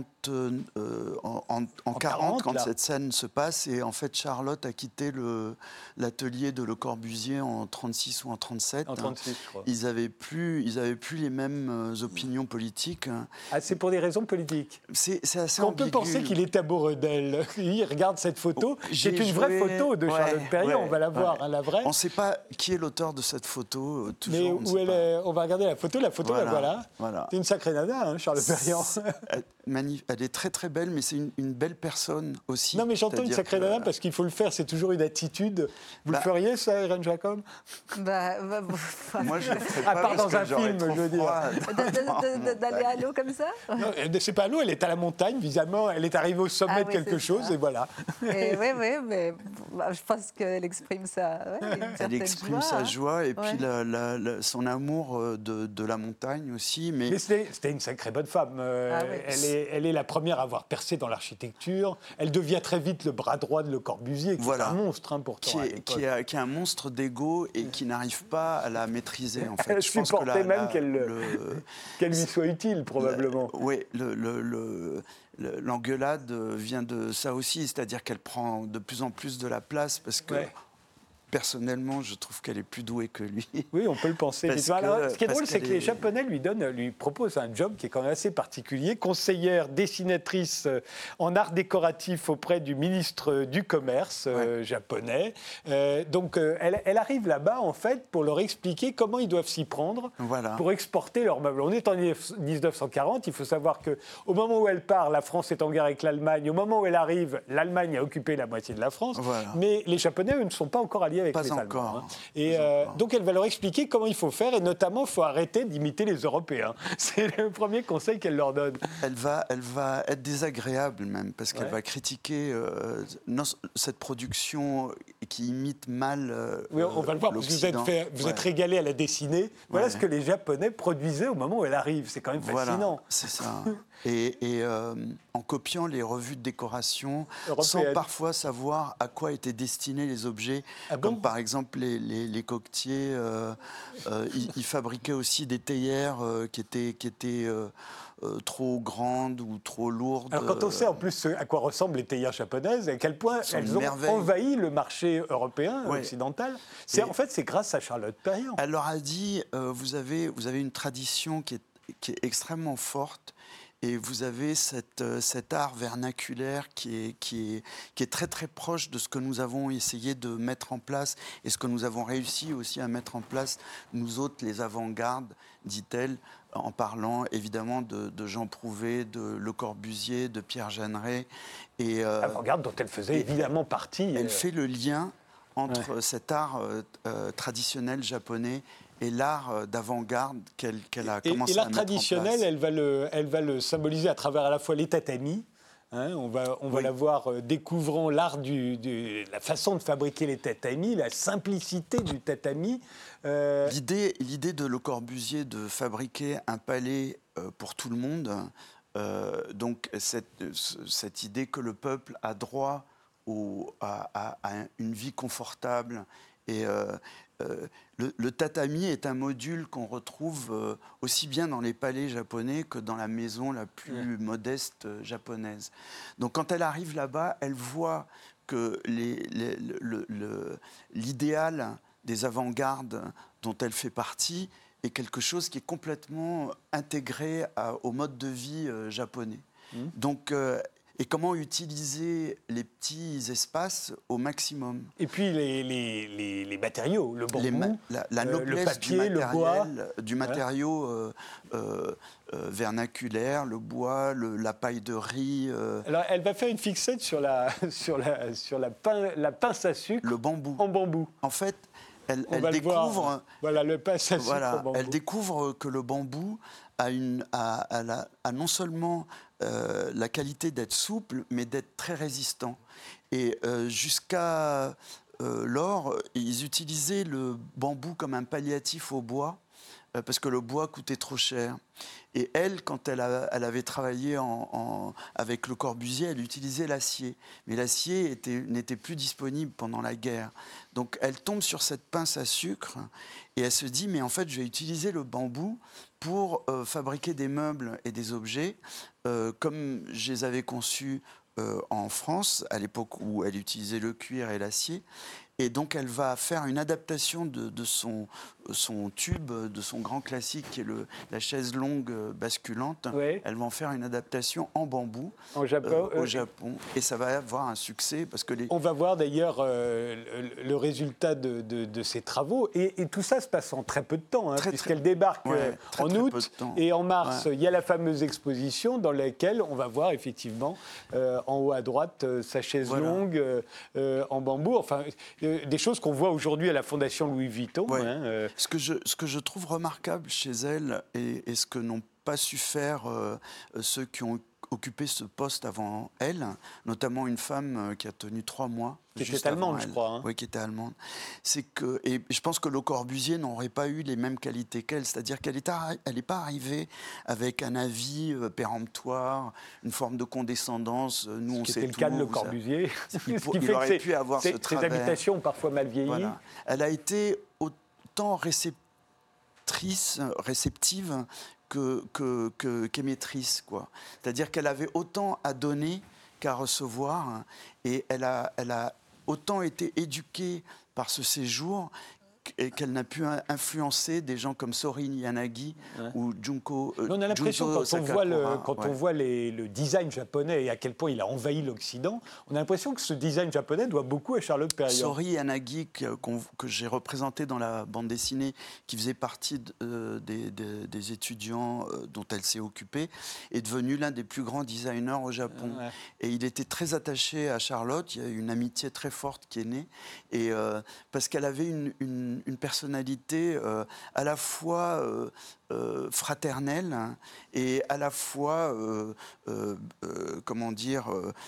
40 quand cette scène se passe, et en fait Charlotte a quitté l'atelier de Le Corbusier en 36 ou en 37. En 36, je crois. Ils avaient plus les mêmes opinions politiques. Ah, c'est pour des raisons politiques. C'est assez ambigu. On peut penser qu'il est amoureux d'elle. Il regarde cette photo. C'est une vraie photo de Charlotte Perriand. On va la voir, la vraie. On ne sait pas qui est l'auteur de cette photo. Mais on va regarder la photo. La photo, voilà. C'est une sacrée nana, Charlotte Perriand. Elle est très très belle, mais c'est une belle personne aussi. Non, mais j'entends une sacrée nana parce qu'il faut le faire, c'est toujours une attitude. Vous le feriez, ça, Irène Jacob ? Moi, je le ferais pas. À pas part dans un film, je veux dire. D'aller à l'eau comme ça ? Non, c'est pas à l'eau, elle est à la montagne, visiblement. Elle est arrivée au sommet de quelque chose, et voilà. Oui, mais je pense qu'elle exprime ça. Elle exprime sa joie, et puis son amour de la montagne aussi. Mais c'était une sacrée bonne femme. Elle est la première à avoir percé dans l'architecture. Elle devient très vite le bras droit de Le Corbusier, qui est un monstre, pourtant. Qui est un monstre d'ego et qui n'arrive pas à la maîtriser, en fait. Elle supportait même qu'elle lui soit utile, probablement. Oui, l'engueulade vient de ça aussi, c'est-à-dire qu'elle prend de plus en plus de la place parce que personnellement, je trouve qu'elle est plus douée que lui. Oui, on peut le penser. Parce Alors, que- ce qui est parce drôle, c'est que qu'elle les est- Japonais lui proposent un job qui est quand même assez particulier. Conseillère dessinatrice en art décoratif auprès du ministre du Commerce japonais. Donc, elle arrive là-bas, en fait, pour leur expliquer comment ils doivent s'y prendre Voilà. pour exporter leurs meubles. On est en 1940. Il faut savoir qu'au moment où elle part, la France est en guerre avec l'Allemagne. Au moment où elle arrive, l'Allemagne a occupé la moitié de la France. Voilà. Mais les Japonais, eux, ne sont pas encore alliés avec Pas les encore. Allemands. Et donc, elle va leur expliquer comment il faut faire, et notamment, il faut arrêter d'imiter les Européens. C'est le premier conseil qu'elle leur donne. Elle va être désagréable même, parce qu'elle Ouais. va critiquer cette production qui imite mal Oui, on va le voir, parce que vous êtes régalé à la dessiner. Voilà Ouais. ce que les Japonais produisaient au moment où elle arrive. C'est quand même fascinant. Voilà, c'est ça. Et en copiant les revues de décoration, Européennes. sans parfois savoir à quoi étaient destinés les objets, Ah bon comme par exemple les coquetiers, ils fabriquaient aussi des théières qui étaient trop grandes ou trop lourdes. Alors quand on sait en plus à quoi ressemblent les théières japonaises, à quel point sont elles une ont merveille. envahi le marché européen, Ouais. occidental, Et- en fait c'est grâce à Charlotte Perriand. Elle leur a dit, vous avez une tradition qui est extrêmement forte, et vous avez cet art vernaculaire qui est très très proche de ce que nous avons essayé de mettre en place, et ce que nous avons réussi aussi à mettre en place, nous autres, les avant-gardes, dit-elle, en parlant évidemment de Jean Prouvé, de Le Corbusier, de Pierre Jeanneret. Et, Avant-garde dont elle faisait évidemment partie. elle fait le lien entre cet art traditionnel japonais et l'art d'avant-garde qu'elle a commencé et à l'art mettre en traditionnel, place. elle va le symboliser à travers à la fois les tatamis. On va Oui. la voir découvrant l'art la façon de fabriquer les tatamis, la simplicité du tatami. L'idée de Le Corbusier de fabriquer un palais pour tout le monde, donc cette idée que le peuple a droit à une vie confortable. Et le tatami est un module qu'on retrouve aussi bien dans les palais japonais que dans la maison la plus modeste japonaise. Donc quand elle arrive là-bas, elle voit que l'idéal des avant-gardes dont elle fait partie est quelque chose qui est complètement intégré au mode de vie japonais. Donc, et comment utiliser les petits espaces au maximum. Et puis les matériaux, le bambou, la noblesse le papier, le bois. du matériau vernaculaire, le bois, la paille de riz. Alors, elle va faire une fixette sur la pince à sucre Le bambou. en bambou. En fait, elle On va le découvre. voir. Voilà, le pince à sucre en bambou. Elle découvre que le bambou a non seulement la qualité d'être souple, mais d'être très résistant. Et jusqu'à lors, ils utilisaient le bambou comme un palliatif au bois, parce que le bois coûtait trop cher. Et elle, quand elle avait travaillé avec Le Corbusier, elle utilisait l'acier. Mais l'acier n'était plus disponible pendant la guerre. Donc elle tombe sur cette pince à sucre et elle se dit, mais en fait, je vais utiliser le bambou pour fabriquer des meubles et des objets comme je les avais conçus en France, à l'époque où elle utilisait le cuir et l'acier. Et donc, elle va faire une adaptation de son tube, de son grand classique, qui est la chaise longue basculante. Ouais. Elle va en faire une adaptation en bambou Au Japon. au Japon. Et ça va avoir un succès, parce que On va voir d'ailleurs le résultat de ces travaux. Et tout ça se passe en très peu de temps, puisqu'elle débarque très en peu août. de temps. Et en mars, il y a la fameuse exposition dans laquelle on va voir effectivement en haut à droite sa chaise longue en bambou. Enfin, des choses qu'on voit aujourd'hui à la Fondation Louis Vuitton. Ouais. Ce que je trouve remarquable chez elle, et ce que n'ont pas su faire ceux qui ont occupé ce poste avant elle, notamment une femme qui a tenu 3 mois. Qui juste était allemande, avant je elle. crois. Oui, qui était allemande. C'est que, et je pense que Le Corbusier n'aurait pas eu les mêmes qualités qu'elle, c'est-à-dire qu'elle n'est pas arrivée avec un avis péremptoire, une forme de condescendance. Nous, on sait C'était le tout. cas de Le Corbusier. Il aurait pu avoir ce Ces travers. habitations parfois mal vieillies. Voilà. Elle a été autant réceptive qu'émettrice, quoi. C'est-à-dire qu'elle avait autant à donner qu'à recevoir, et elle a autant été éduquée par ce séjour et qu'elle n'a pu influencer des gens comme Sorin Yanagi ou Junko on a l'impression, Junko quand on voit le design japonais et à quel point il a envahi l'Occident, on a l'impression que ce design japonais doit beaucoup à Charlotte Perriand. Sorin Yanagi, que j'ai représenté dans la bande dessinée, qui faisait partie des étudiants dont elle s'est occupée, est devenu l'un des plus grands designers au Japon. Ouais. Et il était très attaché à Charlotte. Il y a eu une amitié très forte qui est née. Et, parce qu'elle avait une personnalité à la fois fraternelle et à la fois, comment dire,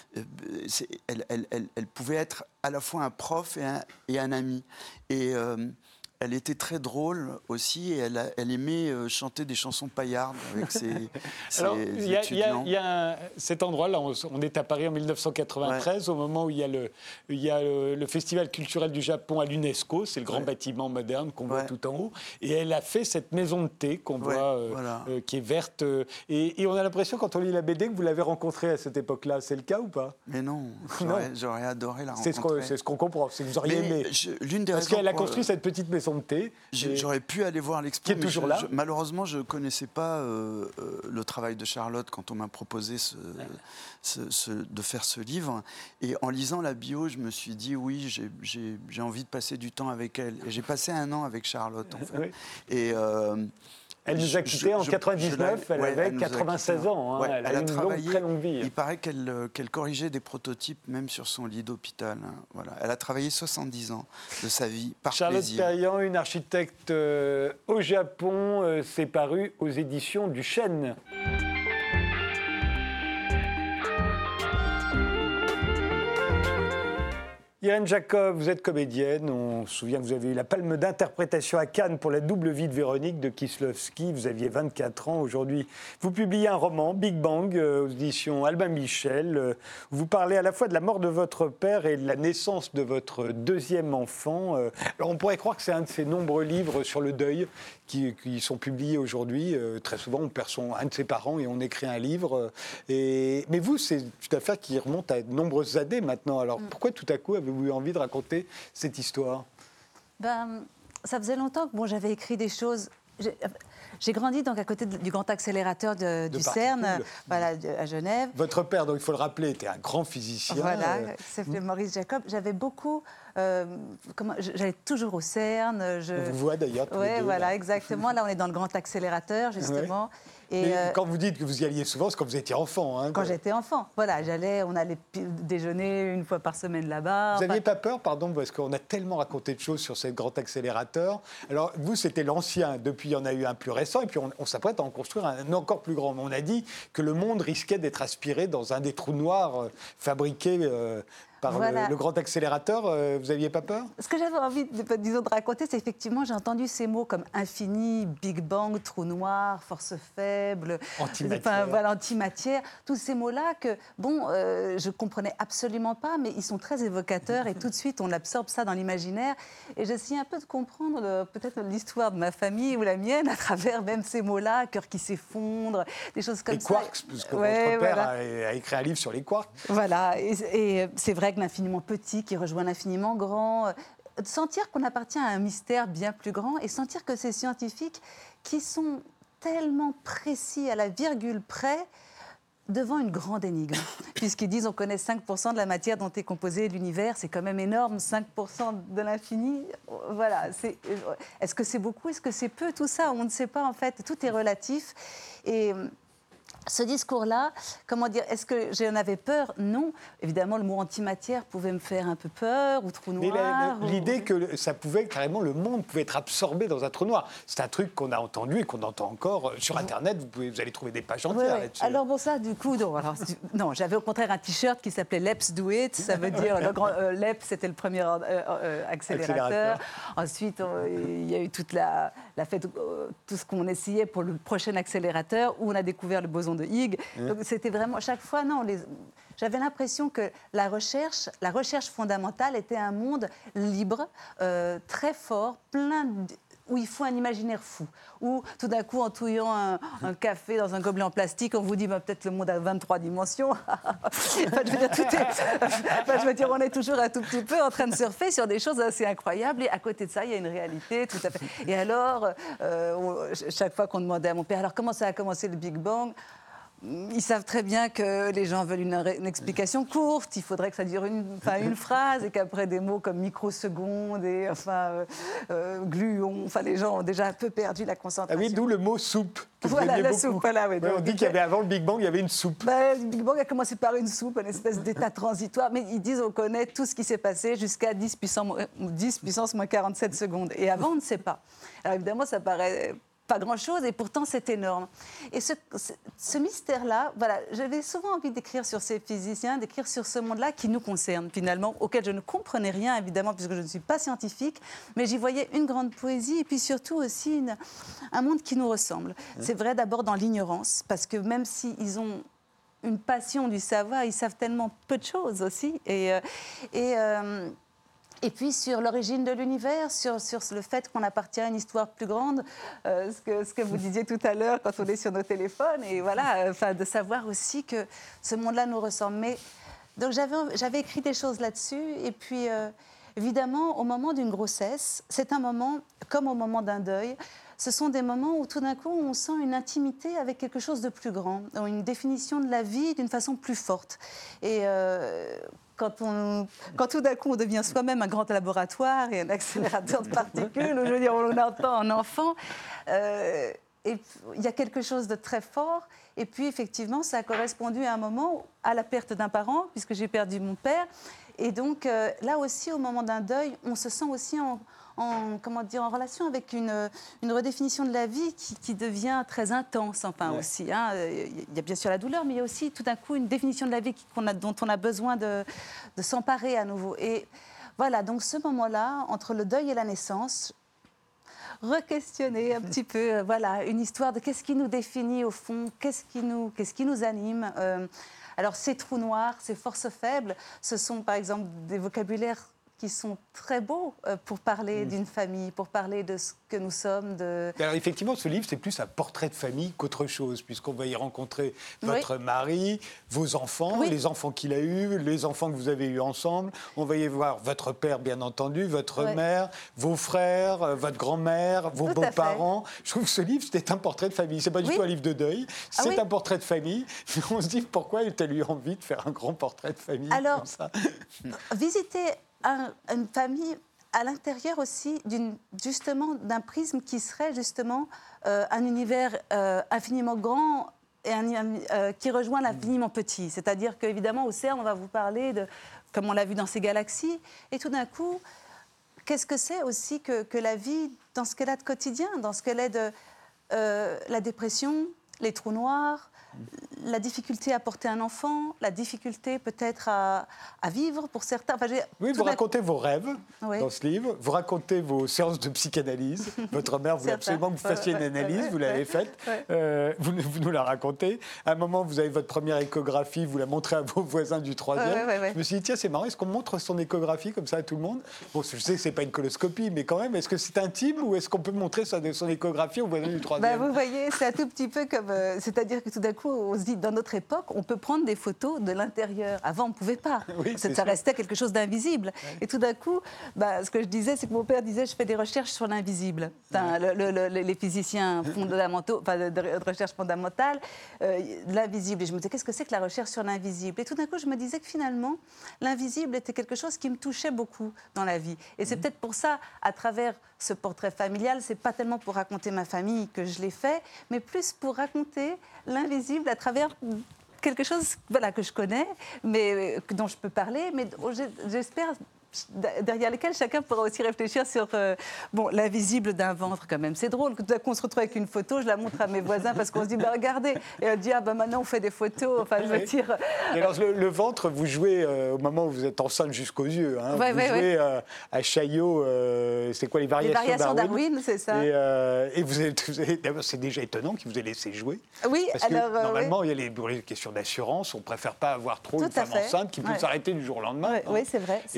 elle pouvait être à la fois un prof et un ami. Et elle était très drôle aussi et elle aimait chanter des chansons paillardes avec ses étudiants. Il y a cet endroit-là, on est à Paris en 1993, au moment où il y a le Festival culturel du Japon à l'UNESCO, c'est le grand bâtiment moderne qu'on voit tout en haut, et elle a fait cette maison de thé qu'on voit, qui est verte, et on a l'impression, quand on lit la BD, que vous l'avez rencontrée à cette époque-là. C'est le cas ou pas? Mais non, j'aurais adoré la rencontrer. C'est ce qu'on comprend, c'est que vous auriez aimé. Parce qu'elle a construit cette petite maison de thé. J'aurais pu aller voir l'expo, qui est toujours là. Malheureusement, je ne connaissais pas le travail de Charlotte quand on m'a proposé de faire ce livre. Et en lisant la bio, je me suis dit, oui, j'ai envie de passer du temps avec elle. Et j'ai passé 1 an avec Charlotte, en fait. Et... elle nous a quittés en 99, elle avait 96 ans. Hein, elle a une très longue vie. Il paraît qu'elle corrigeait des prototypes même sur son lit d'hôpital. Hein, voilà. Elle a travaillé 70 ans de sa vie par Charlotte plaisir. Perriand, une architecte au Japon, c'est paru aux éditions du Chêne. Irène Jacob, vous êtes comédienne. On se souvient que vous avez eu la palme d'interprétation à Cannes pour La double vie de Véronique de Kieslowski. Vous aviez 24 ans. Aujourd'hui, vous publiez un roman, Big Bang, aux éditions Albin Michel. Vous parlez à la fois de la mort de votre père et de la naissance de votre deuxième enfant. Alors, on pourrait croire que c'est un de ces nombreux livres sur le deuil qui sont publiés aujourd'hui. Très souvent, on perd un de ses parents et on écrit un livre. Mais vous, c'est une affaire qui remonte à de nombreuses années maintenant. Alors, pourquoi tout à coup avez-vous eu envie de raconter cette histoire? Ça faisait longtemps que j'avais écrit des choses. J'ai grandi donc à côté du grand accélérateur du CERN, à Genève. Votre père, donc il faut le rappeler, était un grand physicien. Voilà, c'est Maurice Jacob. J'avais beaucoup... j'allais toujours au CERN. On vous voit d'ailleurs tous les deux. Oui, voilà, exactement. Là, on est dans le grand accélérateur, justement. Et quand vous dites que vous y alliez souvent, c'est quand vous étiez enfant. Hein, quand j'étais enfant, voilà, on allait déjeuner 1 fois par semaine là-bas. Vous n'aviez pas peur, pardon, parce qu'on a tellement raconté de choses sur ce grand accélérateur. Alors, vous, c'était l'ancien. Depuis, il y en a eu un plus récent, et puis on s'apprête à en construire un encore plus grand. Mais on a dit que le monde risquait d'être aspiré dans un des trous noirs fabriqués par le grand accélérateur. Vous n'aviez pas peur? Ce que j'avais envie de raconter, c'est effectivement, j'ai entendu ces mots comme infini, Big Bang, trou noir, force faible, antimatière. Antimatière. Tous ces mots-là que, je ne comprenais absolument pas, mais ils sont très évocateurs et tout de suite, on absorbe ça dans l'imaginaire. Et j'essayais un peu de comprendre peut-être l'histoire de ma famille ou la mienne à travers même ces mots-là, cœur qui s'effondre, des choses comme ça. Les quarks, parce que votre père a écrit un livre sur les quarks. Voilà, et c'est vrai que l'infiniment petit qui rejoint l'infiniment grand, sentir qu'on appartient à un mystère bien plus grand et sentir que ces scientifiques qui sont tellement précis à la virgule près devant une grande énigme, puisqu'ils disent on connaît 5% de la matière dont est composé l'univers, c'est quand même énorme, 5% de l'infini, voilà. Est-ce que c'est beaucoup, est-ce que c'est peu, tout ça, on ne sait pas en fait, tout est relatif. Et ce discours-là, comment dire, est-ce que j'en avais peur? Non. Évidemment, le mot antimatière pouvait me faire un peu peur, ou trou noir. Mais l'idée que ça pouvait, carrément, le monde pouvait être absorbé dans un trou noir, c'est un truc qu'on a entendu et qu'on entend encore sur Internet. Vous allez trouver des pages entières là-dessus. Alors bon, ça, du coup, non, j'avais au contraire un t-shirt qui s'appelait Let's Do It. Ça veut dire, LEP, c'était le premier accélérateur. Ensuite, il y a eu toute tout ce qu'on essayait pour le prochain accélérateur, où on a découvert le boson de Higgs. Donc c'était vraiment chaque fois j'avais l'impression que la recherche fondamentale était un monde libre, très fort, plein où il faut un imaginaire fou, où tout d'un coup, en touillant un café dans un gobelet en plastique, on vous dit peut-être le monde a 23 dimensions. Je veux dire, on est toujours un tout petit peu en train de surfer sur des choses assez incroyables, et à côté de ça, il y a une réalité tout à fait. Et alors, chaque fois qu'on demandait à mon père, alors comment ça a commencé le Big Bang ? Ils savent très bien que les gens veulent une explication courte, il faudrait que ça dure une phrase, et qu'après des mots comme microseconde et gluon, les gens ont déjà un peu perdu la concentration. Ah oui, d'où le mot soupe. Voilà, la soupe. Voilà, oui. On dit qu'il y avait avant le Big Bang, il y avait une soupe. Le Big Bang a commencé par une soupe, une espèce d'état transitoire, mais ils disent on connaît tout ce qui s'est passé jusqu'à 10 puissance moins 47 secondes. Et avant, on ne sait pas. Alors évidemment, ça paraît pas grand-chose, et pourtant c'est énorme. Et ce mystère-là, voilà, j'avais souvent envie d'écrire sur ces physiciens, d'écrire sur ce monde-là qui nous concerne finalement, auquel je ne comprenais rien évidemment puisque je ne suis pas scientifique, mais j'y voyais une grande poésie et puis surtout aussi un monde qui nous ressemble. C'est vrai d'abord dans l'ignorance, parce que même s'ils ont une passion du savoir, ils savent tellement peu de choses aussi. Et puis sur l'origine de l'univers, sur le fait qu'on appartient à une histoire plus grande, ce que vous disiez tout à l'heure quand on est sur nos téléphones, et voilà, de savoir aussi que ce monde-là nous ressemble. Donc j'avais écrit des choses là-dessus, et puis évidemment, au moment d'une grossesse, c'est un moment, comme au moment d'un deuil, ce sont des moments où tout d'un coup on sent une intimité avec quelque chose de plus grand, une définition de la vie d'une façon plus forte. Et quand tout d'un coup on devient soi-même un grand laboratoire et un accélérateur de particules, ou je veux dire, on entend un enfant, et il y a quelque chose de très fort. Et puis effectivement, ça a correspondu à un moment à la perte d'un parent, puisque j'ai perdu mon père. Et donc là aussi, au moment d'un deuil, on se sent aussi en relation avec une redéfinition de la vie qui devient très intense, aussi. Il y a bien sûr la douleur, mais il y a aussi tout d'un coup une définition de la vie dont on a besoin de s'emparer à nouveau. Et voilà, donc ce moment-là, entre le deuil et la naissance, re-questionner un petit peu, une histoire de qu'est-ce qui nous définit au fond, qu'est-ce qui nous anime. Alors ces trous noirs, ces forces faibles, ce sont par exemple des vocabulaires qui sont très beaux pour parler d'une famille, pour parler de ce que nous sommes. Alors effectivement, ce livre, c'est plus un portrait de famille qu'autre chose, puisqu'on va y rencontrer votre mari, vos enfants, les enfants qu'il a eus, les enfants que vous avez eus ensemble. On va y voir votre père, bien entendu, votre mère, vos frères, votre grand-mère, vos beaux-parents. Je trouve que ce livre, c'était un portrait de famille. C'est pas du tout un livre de deuil, c'est un portrait de famille. On se dit, pourquoi a-t-elle eu envie de faire un grand portrait de famille comme ça ? Visiter une famille à l'intérieur aussi justement d'un prisme qui serait justement un univers infiniment grand et qui rejoint l'infiniment petit. C'est-à-dire qu'évidemment au CERN on va vous parler comme on l'a vu dans ces galaxies, et tout d'un coup qu'est-ce que c'est aussi que la vie dans ce qu'elle a de quotidien, dans ce qu'elle est de la dépression, les trous noirs, la difficulté à porter un enfant, la difficulté peut-être à vivre pour certains. Vous racontez vos rêves dans ce livre, vous racontez vos séances de psychanalyse. Votre mère voulait absolument que vous fassiez une analyse, vous l'avez faite, vous nous la racontez. À un moment, vous avez votre première échographie, vous la montrez à vos voisins du 3e. Je me suis dit, tiens, c'est marrant, est-ce qu'on montre son échographie comme ça à tout le monde ? Bon, je sais que ce n'est pas une coloscopie, mais quand même, est-ce que c'est intime ou est-ce qu'on peut montrer son échographie aux voisins du 3e ? Vous voyez, c'est un tout petit peu comme... c'est-à-dire que tout d'un coup, on se dit, dans notre époque, on peut prendre des photos de l'intérieur. Avant, on ne pouvait pas. Ça restait quelque chose d'invisible. Et tout d'un coup, ce que je disais, c'est que mon père disait, je fais des recherches sur l'invisible. Les physiciens fondamentaux, de recherche fondamentale, l'invisible. Et je me disais, qu'est-ce que c'est que la recherche sur l'invisible ? Et tout d'un coup, je me disais que finalement, l'invisible était quelque chose qui me touchait beaucoup dans la vie. Et c'est peut-être pour ça, à travers ce portrait familial, c'est pas tellement pour raconter ma famille que je l'ai fait, mais plus pour raconter l'invisible à travers quelque chose que je connais, mais dont je peux parler, mais j'espère derrière lesquels chacun pourra aussi réfléchir sur l'invisible d'un ventre quand même. C'est drôle que tout à coup on se retrouve avec une photo, je la montre à mes voisins parce qu'on se dit regardez, et on dit maintenant on fait des photos, je veux dire... Et alors le ventre, vous jouez au moment où vous êtes enceinte jusqu'aux yeux, vous jouez à Chaillot, c'est quoi les variations Darwin, c'est ça. Et c'est déjà étonnant qu'il vous ait laissé jouer. Oui, parce que normalement il y a les questions d'assurance, on préfère pas avoir trop une femme enceinte qui peut s'arrêter du jour au lendemain. Oui, c'est vrai.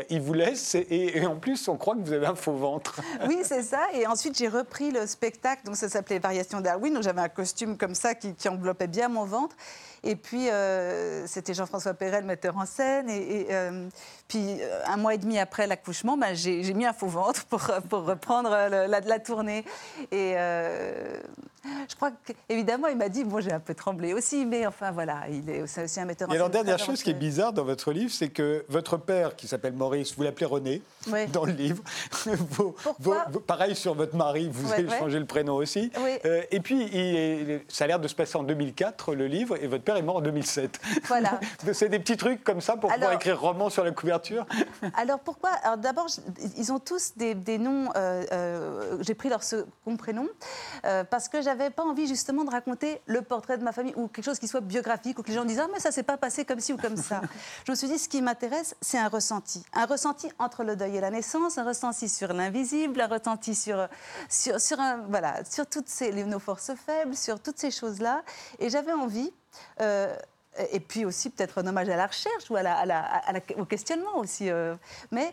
il vous laisse et en plus, on croit que vous avez un faux ventre. Oui, c'est ça. Et ensuite, j'ai repris le spectacle. Donc, ça s'appelait Variations Darwin. Donc, j'avais un costume comme ça qui enveloppait bien mon ventre. Et puis, c'était Jean-François Perret, le metteur en scène. Puis, 1 mois et demi après l'accouchement, j'ai mis un faux ventre pour reprendre la tournée. Et je crois qu'évidemment, il m'a dit, bon, j'ai un peu tremblé aussi, mais enfin, voilà, c'est aussi un metteur en scène. Et alors, dernière chose qui est bizarre dans votre livre, c'est que votre père, qui s'appelle Maurice, vous l'appelez René dans le livre. Pareil sur votre mari, vous avez changé le prénom aussi. Oui. Et puis, ça a l'air de se passer en 2004, le livre, et votre père est mort en 2007. Voilà. C'est des petits trucs comme ça pour pouvoir écrire roman sur la couverture. Alors pourquoi? Alors d'abord, ils ont tous des noms. J'ai pris leur second prénom parce que j'avais pas envie justement de raconter le portrait de ma famille ou quelque chose qui soit biographique ou que les gens disent mais ça s'est pas passé comme ci ou comme ça. Je me suis dit ce qui m'intéresse, c'est un ressenti entre le deuil et la naissance, un ressenti sur l'invisible, un ressenti sur toutes nos forces faibles, sur toutes ces choses-là. Et j'avais envie. Et puis aussi peut-être un hommage à la recherche ou au questionnement aussi. Mais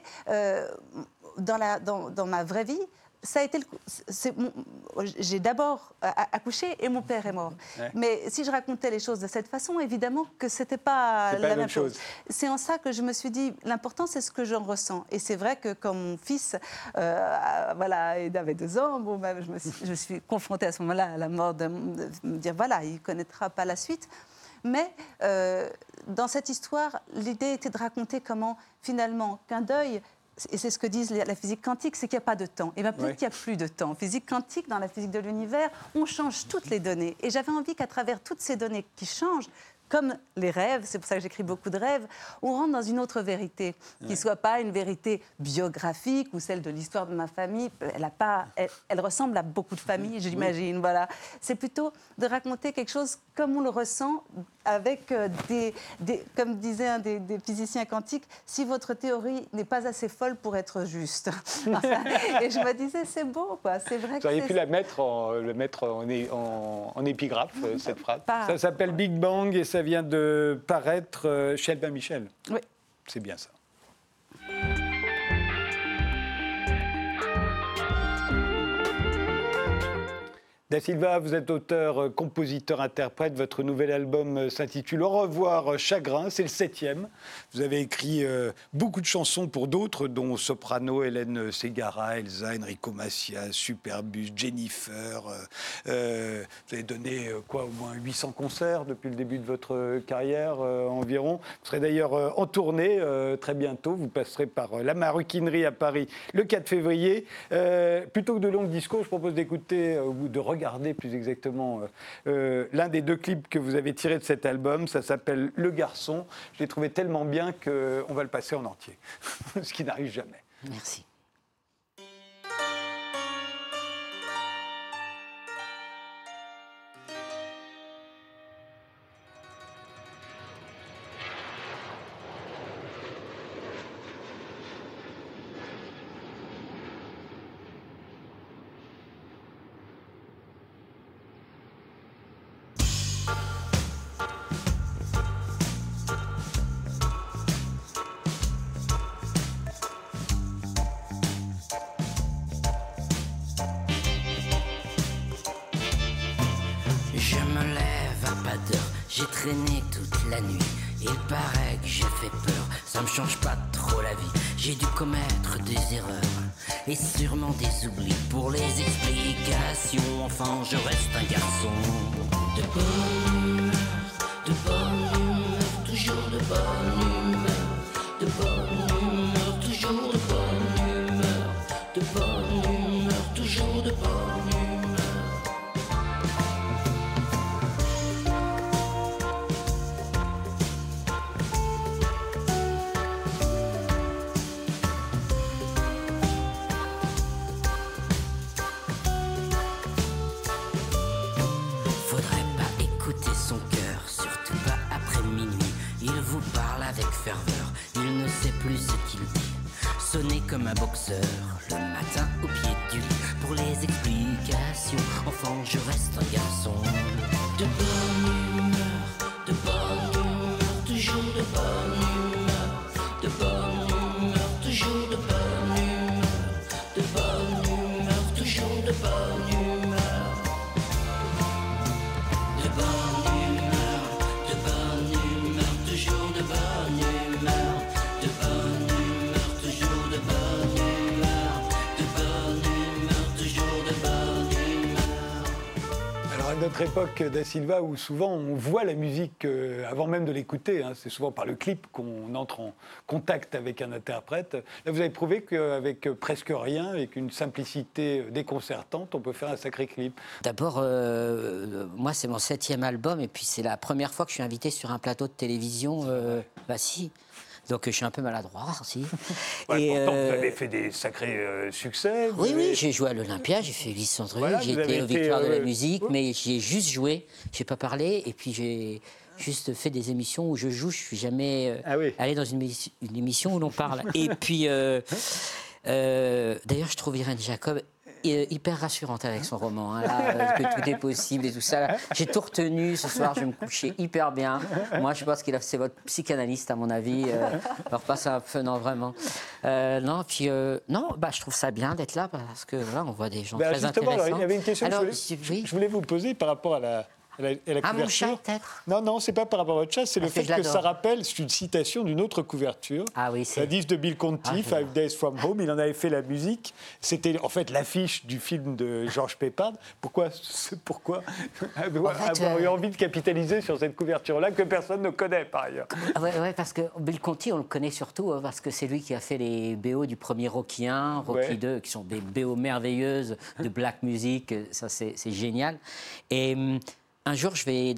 dans ma vraie vie, ça a été j'ai d'abord accouché et mon père est mort. Ouais. Mais si je racontais les choses de cette façon, évidemment que c'était pas la même chose. C'est en ça que je me suis dit, l'important c'est ce que j'en ressens. Et c'est vrai que quand mon fils il avait 2 ans, je me suis confrontée à ce moment-là à la mort de me dire il ne connaîtra pas la suite. Mais dans cette histoire, l'idée était de raconter comment, finalement, qu'un deuil, et c'est ce que disent la physique quantique, c'est qu'il n'y a pas de temps. Et bien peut-être qu'il n'y a plus de temps. En physique quantique, dans la physique de l'univers, on change toutes les données. Et j'avais envie qu'à travers toutes ces données qui changent, comme les rêves, c'est pour ça que j'écris beaucoup de rêves, on rentre dans une autre vérité, qui ne soit pas une vérité biographique ou celle de l'histoire de ma famille. Elle ressemble à beaucoup de familles, j'imagine. Voilà. C'est plutôt de raconter quelque chose comme on le ressent, avec comme disait un des physiciens quantiques, si votre théorie n'est pas assez folle pour être juste. Et je me disais, c'est beau, quoi. C'est vrai. Vous auriez pu le mettre en épigraphe, cette phrase. Ça s'appelle Big Bang et ça vient de paraître chez Albin Michel. Oui. C'est bien ça. Da Silva, vous êtes auteur, compositeur, interprète. Votre nouvel album s'intitule Au revoir chagrin, c'est le 7e. Vous avez écrit beaucoup de chansons pour d'autres, dont Soprano, Hélène Ségara, Elsa, Enrico Macias, Superbus, Jennifer. Vous avez donné au moins 800 concerts depuis le début de votre carrière environ. Vous serez d'ailleurs en tournée très bientôt. Vous passerez par la Maroquinerie à Paris le 4 février. Plutôt que de longs discours, je propose d'écouter ou de regarder plus exactement l'un des 2 clips que vous avez tirés de cet album. Ça s'appelle Le Garçon. Je l'ai trouvé tellement bien qu'on va le passer en entier, ce qui n'arrive jamais. Merci. J'ai traîné toute la nuit, il paraît que j'ai fait peur, ça me change pas trop la vie. J'ai dû commettre des erreurs et sûrement des oublis pour les explications. Enfin, je reste un garçon de bonne humeur, toujours de bonne humeur, de bonne humeur, toujours de bonne humeur, de bonne humeur, toujours de bonne humeur. Il ne sait plus ce qu'il dit. Sonner comme un boxeur le matin au pied du lit. Pour les explications, enfant, je reste un garçon de bonne humeur, toujours de bonne humeur, toujours Notre époque Da Silva où souvent on voit la musique avant même de l'écouter. Hein. C'est souvent par le clip qu'on entre en contact avec un interprète. Là, vous avez prouvé qu'avec presque rien, avec une simplicité déconcertante, on peut faire un sacré clip. D'abord, moi, c'est mon 7e album et puis c'est la première fois que je suis invité sur un plateau de télévision. Bah si. Donc je suis un peu maladroit aussi. Ouais, et pourtant, vous avez fait des sacrés succès. Oui, j'ai joué à l'Olympia, j'ai fait Ulysse Cendrillon, voilà, j'ai été aux Victoires de la musique, oui. mais j'ai juste joué, j'ai pas parlé, et puis j'ai juste fait des émissions où je joue, je suis jamais allé dans une émission où l'on parle. Et puis, d'ailleurs, je trouve Irène Jacob hyper rassurante avec son roman, hein, là, que tout est possible et tout ça. Là. J'ai tout retenu ce soir, je vais me coucher hyper bien. Moi, je pense c'est votre psychanalyste, à mon avis. Alors, pas ça, non, vraiment. Non, puis, non, bah, je trouve ça bien d'être là parce que là, on voit des gens très justement, intéressants. Alors, il y avait une question alors, que je voulais vous poser par rapport à la couverture. mon chat, peut-être. Non, c'est pas par rapport à votre chat, c'est le fait que ça rappelle, c'est une citation d'une autre couverture. Ah oui, c'est... La disque de Bill Conti, 5 Days from Home, il en avait fait la musique. C'était en fait l'affiche du film de Georges Peppard. Pourquoi avoir eu envie de capitaliser sur cette couverture-là que personne ne connaît par ailleurs? Ouais, parce que Bill Conti, on le connaît surtout parce que c'est lui qui a fait les BO du premier Rocky 1, Rocky 2, qui sont des BO merveilleuses de black music. Ça, c'est génial. Et... un jour, je vais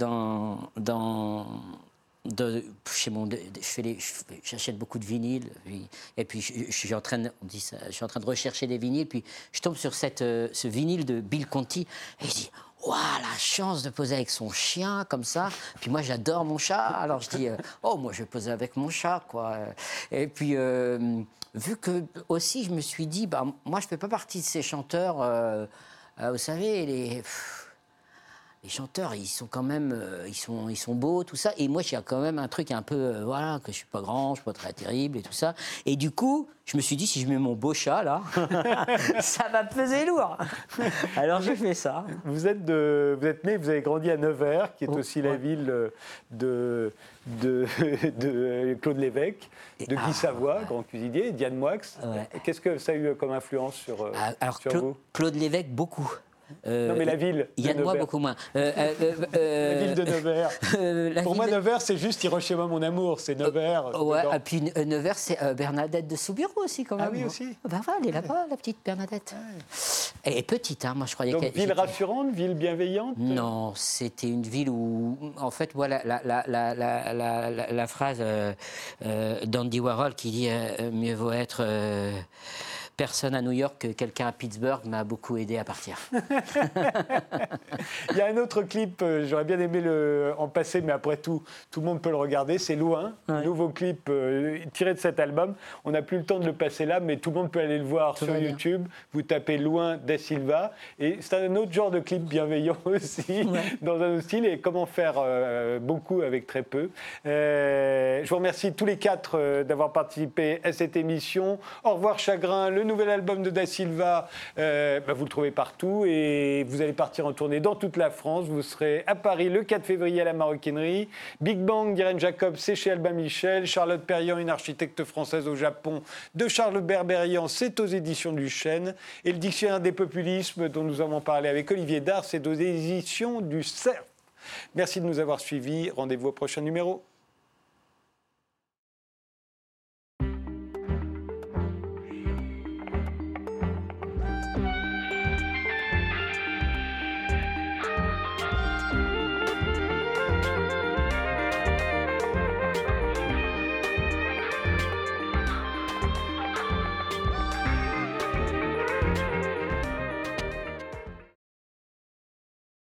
j'achète beaucoup de vinyles, et puis je suis en train de rechercher des vinyles, puis je tombe sur ce vinyle de Bill Conti, et je dis, waouh, la chance de poser avec son chien comme ça. Puis moi, j'adore mon chat, alors je dis, moi, je vais poser avec mon chat, quoi. Et puis, vu que aussi, je me suis dit, bah, moi, je ne fais pas partie de ces chanteurs, vous savez, les chanteurs, ils sont quand même, ils sont beaux, tout ça. Et moi, j'ai quand même un truc un peu, voilà, que je suis pas grand, je suis pas très terrible et tout ça. Et du coup, je me suis dit, si je mets mon beau chat là, ça va peser lourd. Alors j'ai fait ça. Vous êtes né, vous avez grandi à Nevers, qui est aussi la ville de Claude Lévesque, de Guy Savoy, grand cuisinier, Diane Moix. Ouais. Qu'est-ce que ça a eu comme influence sur vous? Claude Lévesque, beaucoup. Non, mais la ville. Yann Moix, beaucoup moins. La ville de Nevers. Pour moi, Nevers, c'est juste Hiroshima, mon amour. C'est Nevers. Et puis Nevers, c'est Bernadette de Soubirous aussi, quand même. Ah oui, aussi. Ben voilà, elle est là-bas, la petite Bernadette. Ouais. Elle est petite, hein, moi je croyais qu'elle... Donc, ville rassurante, ville bienveillante? Non, c'était une ville où, en fait, voilà, la phrase d'Andy Warhol qui dit mieux vaut être... personne à New York que quelqu'un à Pittsburgh m'a beaucoup aidé à partir. Il y a un autre clip, j'aurais bien aimé en passer, mais après tout le monde peut le regarder, c'est Loin, un nouveau clip tiré de cet album. On n'a plus le temps de le passer là, mais tout le monde peut aller le voir sur YouTube. Vous tapez Loin Da Silva, et c'est un autre genre de clip bienveillant aussi, dans un autre style, et comment faire beaucoup avec très peu. Je vous remercie tous les quatre d'avoir participé à cette émission. Au revoir Chagrin, le nouvel album de Da Silva, vous le trouvez partout et vous allez partir en tournée dans toute la France. Vous serez à Paris le 4 février à la Maroquinerie. Big Bang d'Irène Jacob, c'est chez Albin Michel. Charlotte Perriand, une architecte française au Japon, de Charles Berberian, c'est aux éditions du Chêne. Et le Dictionnaire des populismes dont nous avons parlé avec Olivier Dard, c'est aux éditions du Cerf. Merci de nous avoir suivis. Rendez-vous au prochain numéro.